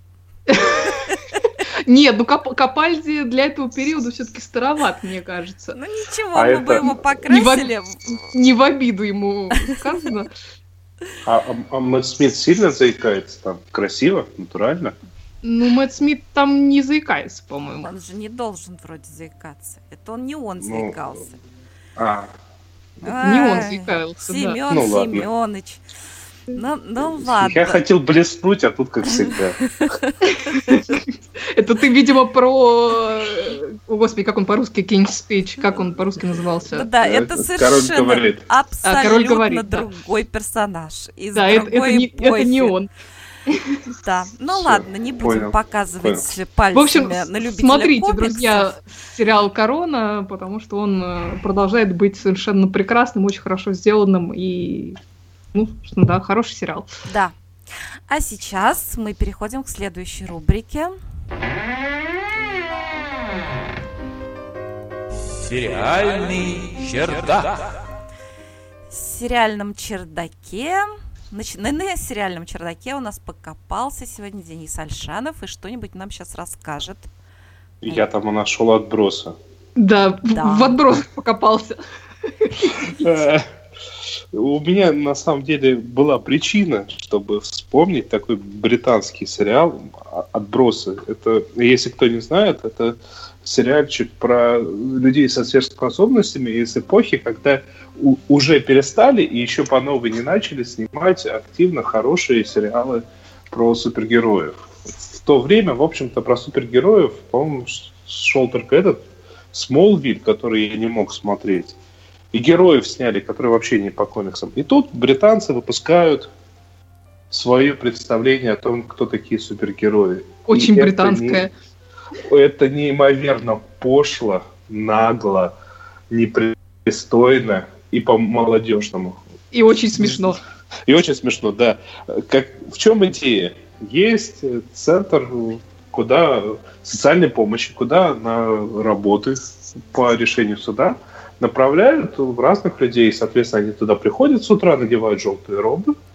Нет, ну Кап- Капальди для этого периода все-таки староват, мне кажется. Ну ничего, А мы это... бы его покрасили. Не в, не в обиду ему сказано. А, а, а Мэтт Смит сильно заикается там? Красиво? Натурально? Ну, Мэтт Смит там не заикается, по-моему. Он же не должен вроде заикаться. Это он не он Ну, заикался. А, Не он заикался, да. Семен Ну, ладно. Семенович. Ну, ну ладно. я хотел блеснуть, а тут как всегда. Это ты, видимо, про... О, господи, как он по-русски? King's Speech. Как он по-русски назывался? Ну да, это Король совершенно говорит. абсолютно А, король говорит, да. другой персонаж. Из Да, это, это, другой не, это не эпохи. он. Да, ну Всё, ладно, не будем понял, показывать В пальцами общем, на любителя смотрите, комиксов. друзья, сериал «Корона», потому что он э, продолжает быть совершенно прекрасным, очень хорошо сделанным и, ну, собственно, да, хороший сериал. Да. А сейчас мы переходим к следующей рубрике. Сериальный чердак. В сериальном чердаке... Нач- На на сериальном чердаке у нас покопался сегодня Денис Альшанов и что-нибудь нам сейчас расскажет. Я там нашел отбросы. Да, Да. в отбросах покопался. Э, У меня на самом деле была причина, чтобы вспомнить такой британский сериал «Отбросы». Это, если кто не знает, это сериальчик про людей со сверхспособностями из эпохи, когда у- уже перестали и еще по новой не начали снимать активно хорошие сериалы про супергероев. В то время, в общем-то, про супергероев, по-моему, шел только этот «Смолвиль», который я не мог смотреть. И героев сняли, которые вообще не по комиксам. И тут британцы выпускают свое представление о том, кто такие супергерои. Очень И британское. Это, не, это неимоверно пошло, нагло, непристойно и по-молодежному. И очень смешно. И очень смешно, да. Как, в чем идея? Есть центр куда социальной помощи, куда на работы по решению суда направляют разных людей. Соответственно, они туда приходят с утра, надевают желтые робы,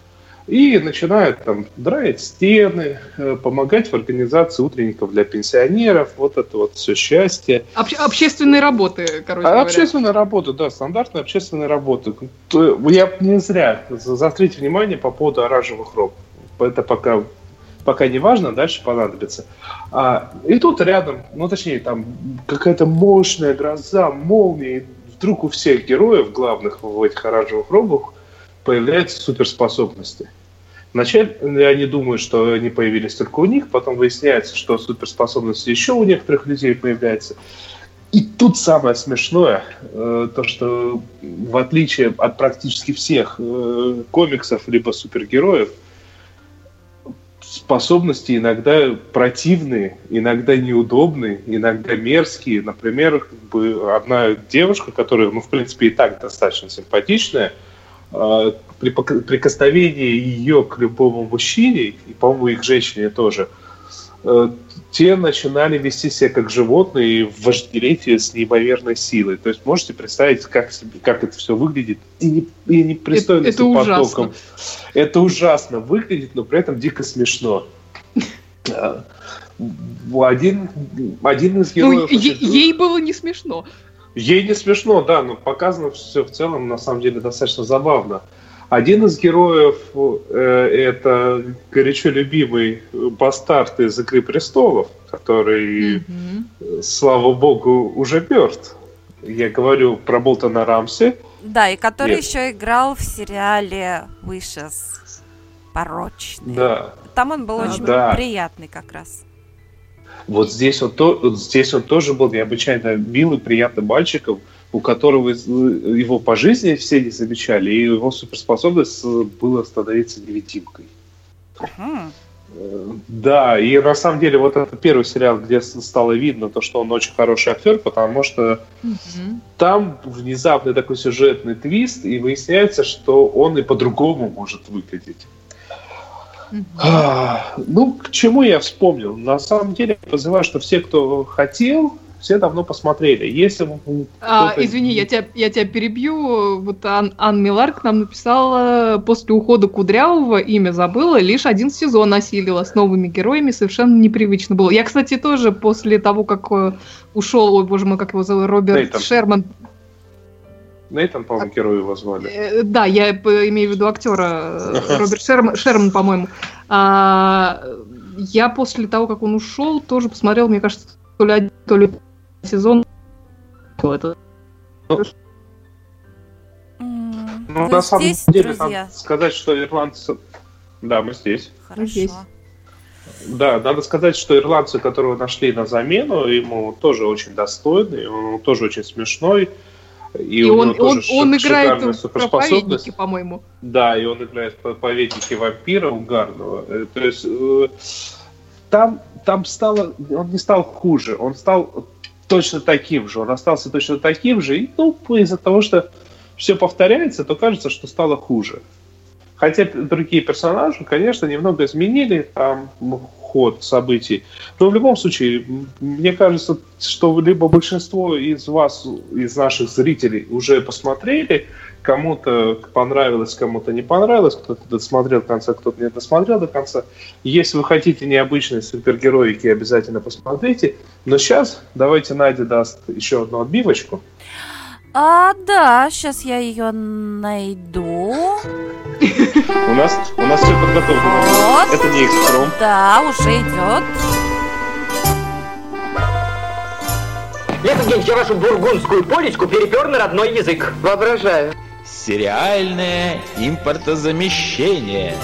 И начинают там драить стены, помогать в организации утренников для пенсионеров, вот это вот все счастье. Обще- общественные работы, короче говоря. Общественная работа, да, стандартная общественная работа. Я не зря заострить внимание по поводу оранжевых роб. Это пока, пока не важно, дальше понадобится. А, и тут рядом, ну точнее, там какая-то мощная гроза, молния, и вдруг у всех героев, главных в этих оранжевых робах, появляются суперспособности. Вначале они думают, что они появились только у них, потом выясняется, что суперспособности еще у некоторых людей появляются. И тут самое смешное, э, то, что в отличие от практически всех э, комиксов либо супергероев, способности иногда противные, иногда неудобные, иногда мерзкие. Например, как бы одна девушка, которая, ну, в принципе, и так достаточно симпатичная, при прикосновении ее к любому мужчине, и, по-моему, и к женщине тоже, те начинали вести себя как животные и в вожделении с неимоверной силой. То есть можете представить, как, себе, как это все выглядит, и, не, и непристойностью это, это потоком. ужасно. Это ужасно выглядит, но при этом дико смешно. Один, один из героев... Ну, е- ей было не смешно. Ей не смешно, да, но показано все в целом, на самом деле, достаточно забавно. Один из героев э, это горячо любимый бастард из «Игры престолов», который, mm-hmm. слава богу, уже мертв. Я говорю про Болтона Рамси. Да, и который Нет. еще играл в сериале «Вишес. Порочный». Да. Там он был очень да. приятный как раз. Вот здесь он, то, вот здесь он тоже был необычайно милый, приятный мальчиком, у которого его по жизни все не замечали, и его суперспособность была становиться невидимкой. Uh-huh. Да, и на самом деле вот это первый сериал, где стало видно то, что он очень хороший актер, потому что uh-huh. там внезапный такой сюжетный твист, и выясняется, что он и по-другому может выглядеть. Uh-huh. А, ну, к чему я вспомнил? На самом деле, я подозреваю, что все, кто хотел, все давно посмотрели. Если а, извини, я тебя, я тебя перебью. Вот Ан, Ан Милар к нам написала: после ухода Кудрявого, имя забыла, лишь один сезон осилила. С новыми героями совершенно непривычно было. Я, кстати, тоже после того, как ушел, ой, боже мой, как его зовут, Роберт Нейтан. Шерман. Нейтан, по-моему, героя его звали. Э, да, я имею в виду актера Роберт Шерман, Шерман, по-моему. А, я после того, как он ушел, тоже посмотрел, мне кажется, то ли один, то ли сезон. Это. Ну, Mm, ну Вы на самом здесь, деле, друзья? надо сказать, что ирландцы... Да, мы здесь. Хорошо. Здесь. Да, надо сказать, что ирландцы, которого нашли на замену, ему тоже очень достойный, он тоже очень смешной. И, и у он, него он, тоже он ш- играет шикарная в суперспособность. проповеднике, по-моему. Да, и он играет в проповеднике вампира угарного. Э, То есть э, там, там стало, он не стал хуже, он стал точно таким же, он остался точно таким же, и ну, из-за того, что все повторяется, то кажется, что стало хуже. Хотя другие персонажи, конечно, немного изменили там ход событий. Но в любом случае, мне кажется, что либо большинство из вас, из наших зрителей, уже посмотрели, кому-то понравилось, кому-то не понравилось, кто-то досмотрел до конца, кто-то не досмотрел до конца. Если вы хотите необычной супергероики, обязательно посмотрите. Но сейчас давайте Надя даст еще одну отбивочку. А, да, сейчас я ее найду. У нас, у нас все подготовлено. Вот. Это не экспром. Да, уже идет. Летом я вашу бургундскую полечку перепер на родной язык. Воображаю. Сериальное импортозамещение.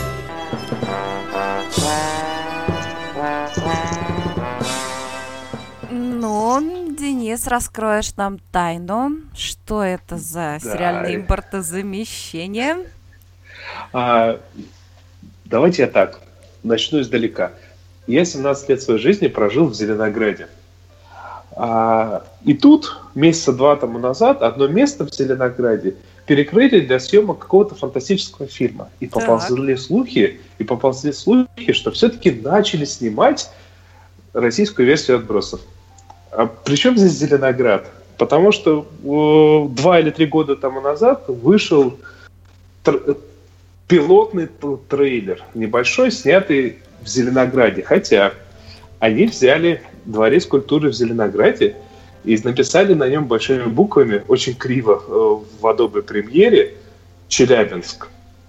Ну, Денис, раскроешь нам тайну. Что это за Да. сериальное импортозамещение? А, давайте я так, начну издалека. Я семнадцать лет своей жизни прожил в Зеленограде. А, и тут, месяца два тому назад, одно место в Зеленограде перекрыли для съемок какого-то фантастического фильма. И поползли слухи, и поползли слухи, что все-таки начали снимать российскую версию «Отбросов». А при чем здесь Зеленоград? Потому что э, два или три года тому назад вышел тр- пилотный трейлер, небольшой, снятый в Зеленограде. Хотя они взяли Дворец культуры в Зеленограде и написали на нем большими буквами, очень криво, в Adobe Premiere Челябинск.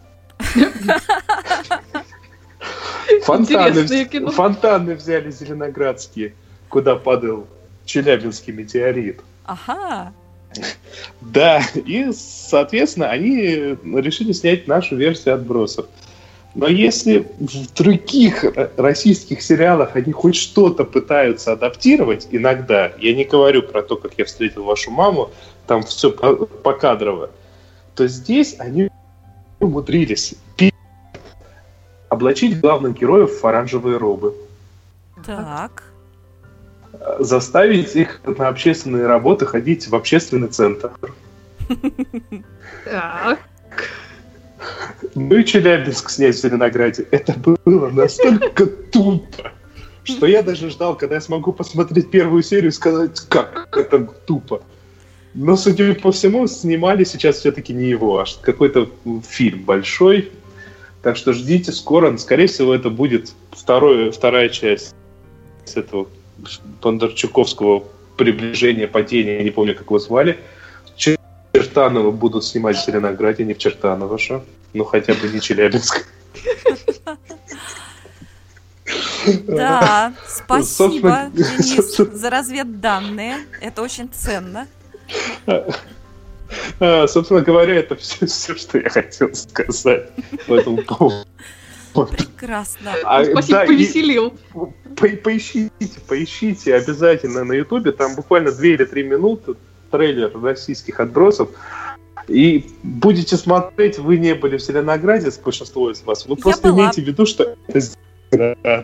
Фонтаны, фонтаны взяли зеленоградские, куда падал челябинский метеорит. Ага. Да, и, соответственно, они решили снять нашу версию «Отбросов». Но если в других российских сериалах они хоть что-то пытаются адаптировать, иногда, я не говорю про то, как я встретил вашу маму, там все покадрово, то здесь они умудрились облачить главных героев в оранжевые робы. Так. Заставить их на общественные работы ходить в общественный центр. Так. Ну и Челябинск снять в Зеленограде. Это было настолько тупо, что я даже ждал, когда я смогу посмотреть первую серию и сказать, как это тупо. Но, судя по всему, снимали сейчас все-таки не его, а какой-то фильм большой. Так что ждите скоро. Скорее всего, это будет второе, вторая часть с этого Бондарчуковского приближения, падения, я не помню, как его звали. Чертанова будут снимать в Зеленограде, не в Чертаново, что? Ну, хотя бы не Челябинск. Да, спасибо, Денис, за разведданные. Это очень ценно. А, собственно говоря, это все, все, что я хотел сказать по этому поводу. Прекрасно. А, Спасибо, да, повеселил. По- поищите, поищите обязательно на Ютубе. Там буквально две или три минуты трейлер российских «Отбросов». И будете смотреть, вы не были в Зеленограде, большинство из вас. Вы Я просто была. имеете в виду, что это Зеленоград.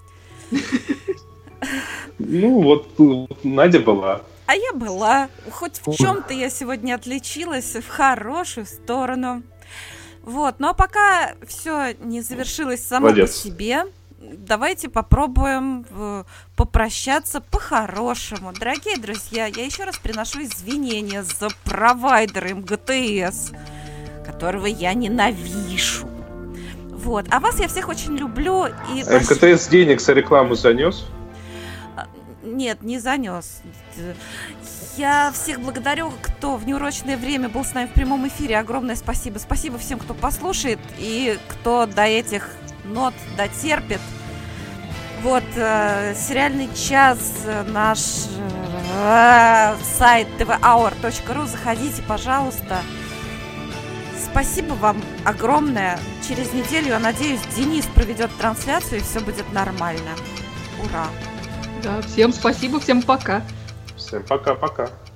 Ну, вот Надя была. А я была. Хоть в чем-то я сегодня отличилась в хорошую сторону. Вот, ну а пока все не завершилось само Молодец. по себе, давайте попробуем э, попрощаться по-хорошему. Дорогие друзья, я еще раз приношу извинения за провайдера эм гэ тэ эс, которого я ненавижу. Вот, а вас я всех очень люблю. И эм гэ тэ эс денег за рекламу занес? Нет, не занес. Я всех благодарю, кто в неурочное время был с нами в прямом эфире. Огромное спасибо. Спасибо всем, кто послушает и кто до этих нот дотерпит. Вот, э, сериальный час, наш э, сайт ти ви аур точка ру. Заходите, пожалуйста. Спасибо вам огромное. Через неделю, я надеюсь, Денис проведет трансляцию и все будет нормально. Ура! Да, всем спасибо, всем пока. Всем пока-пока.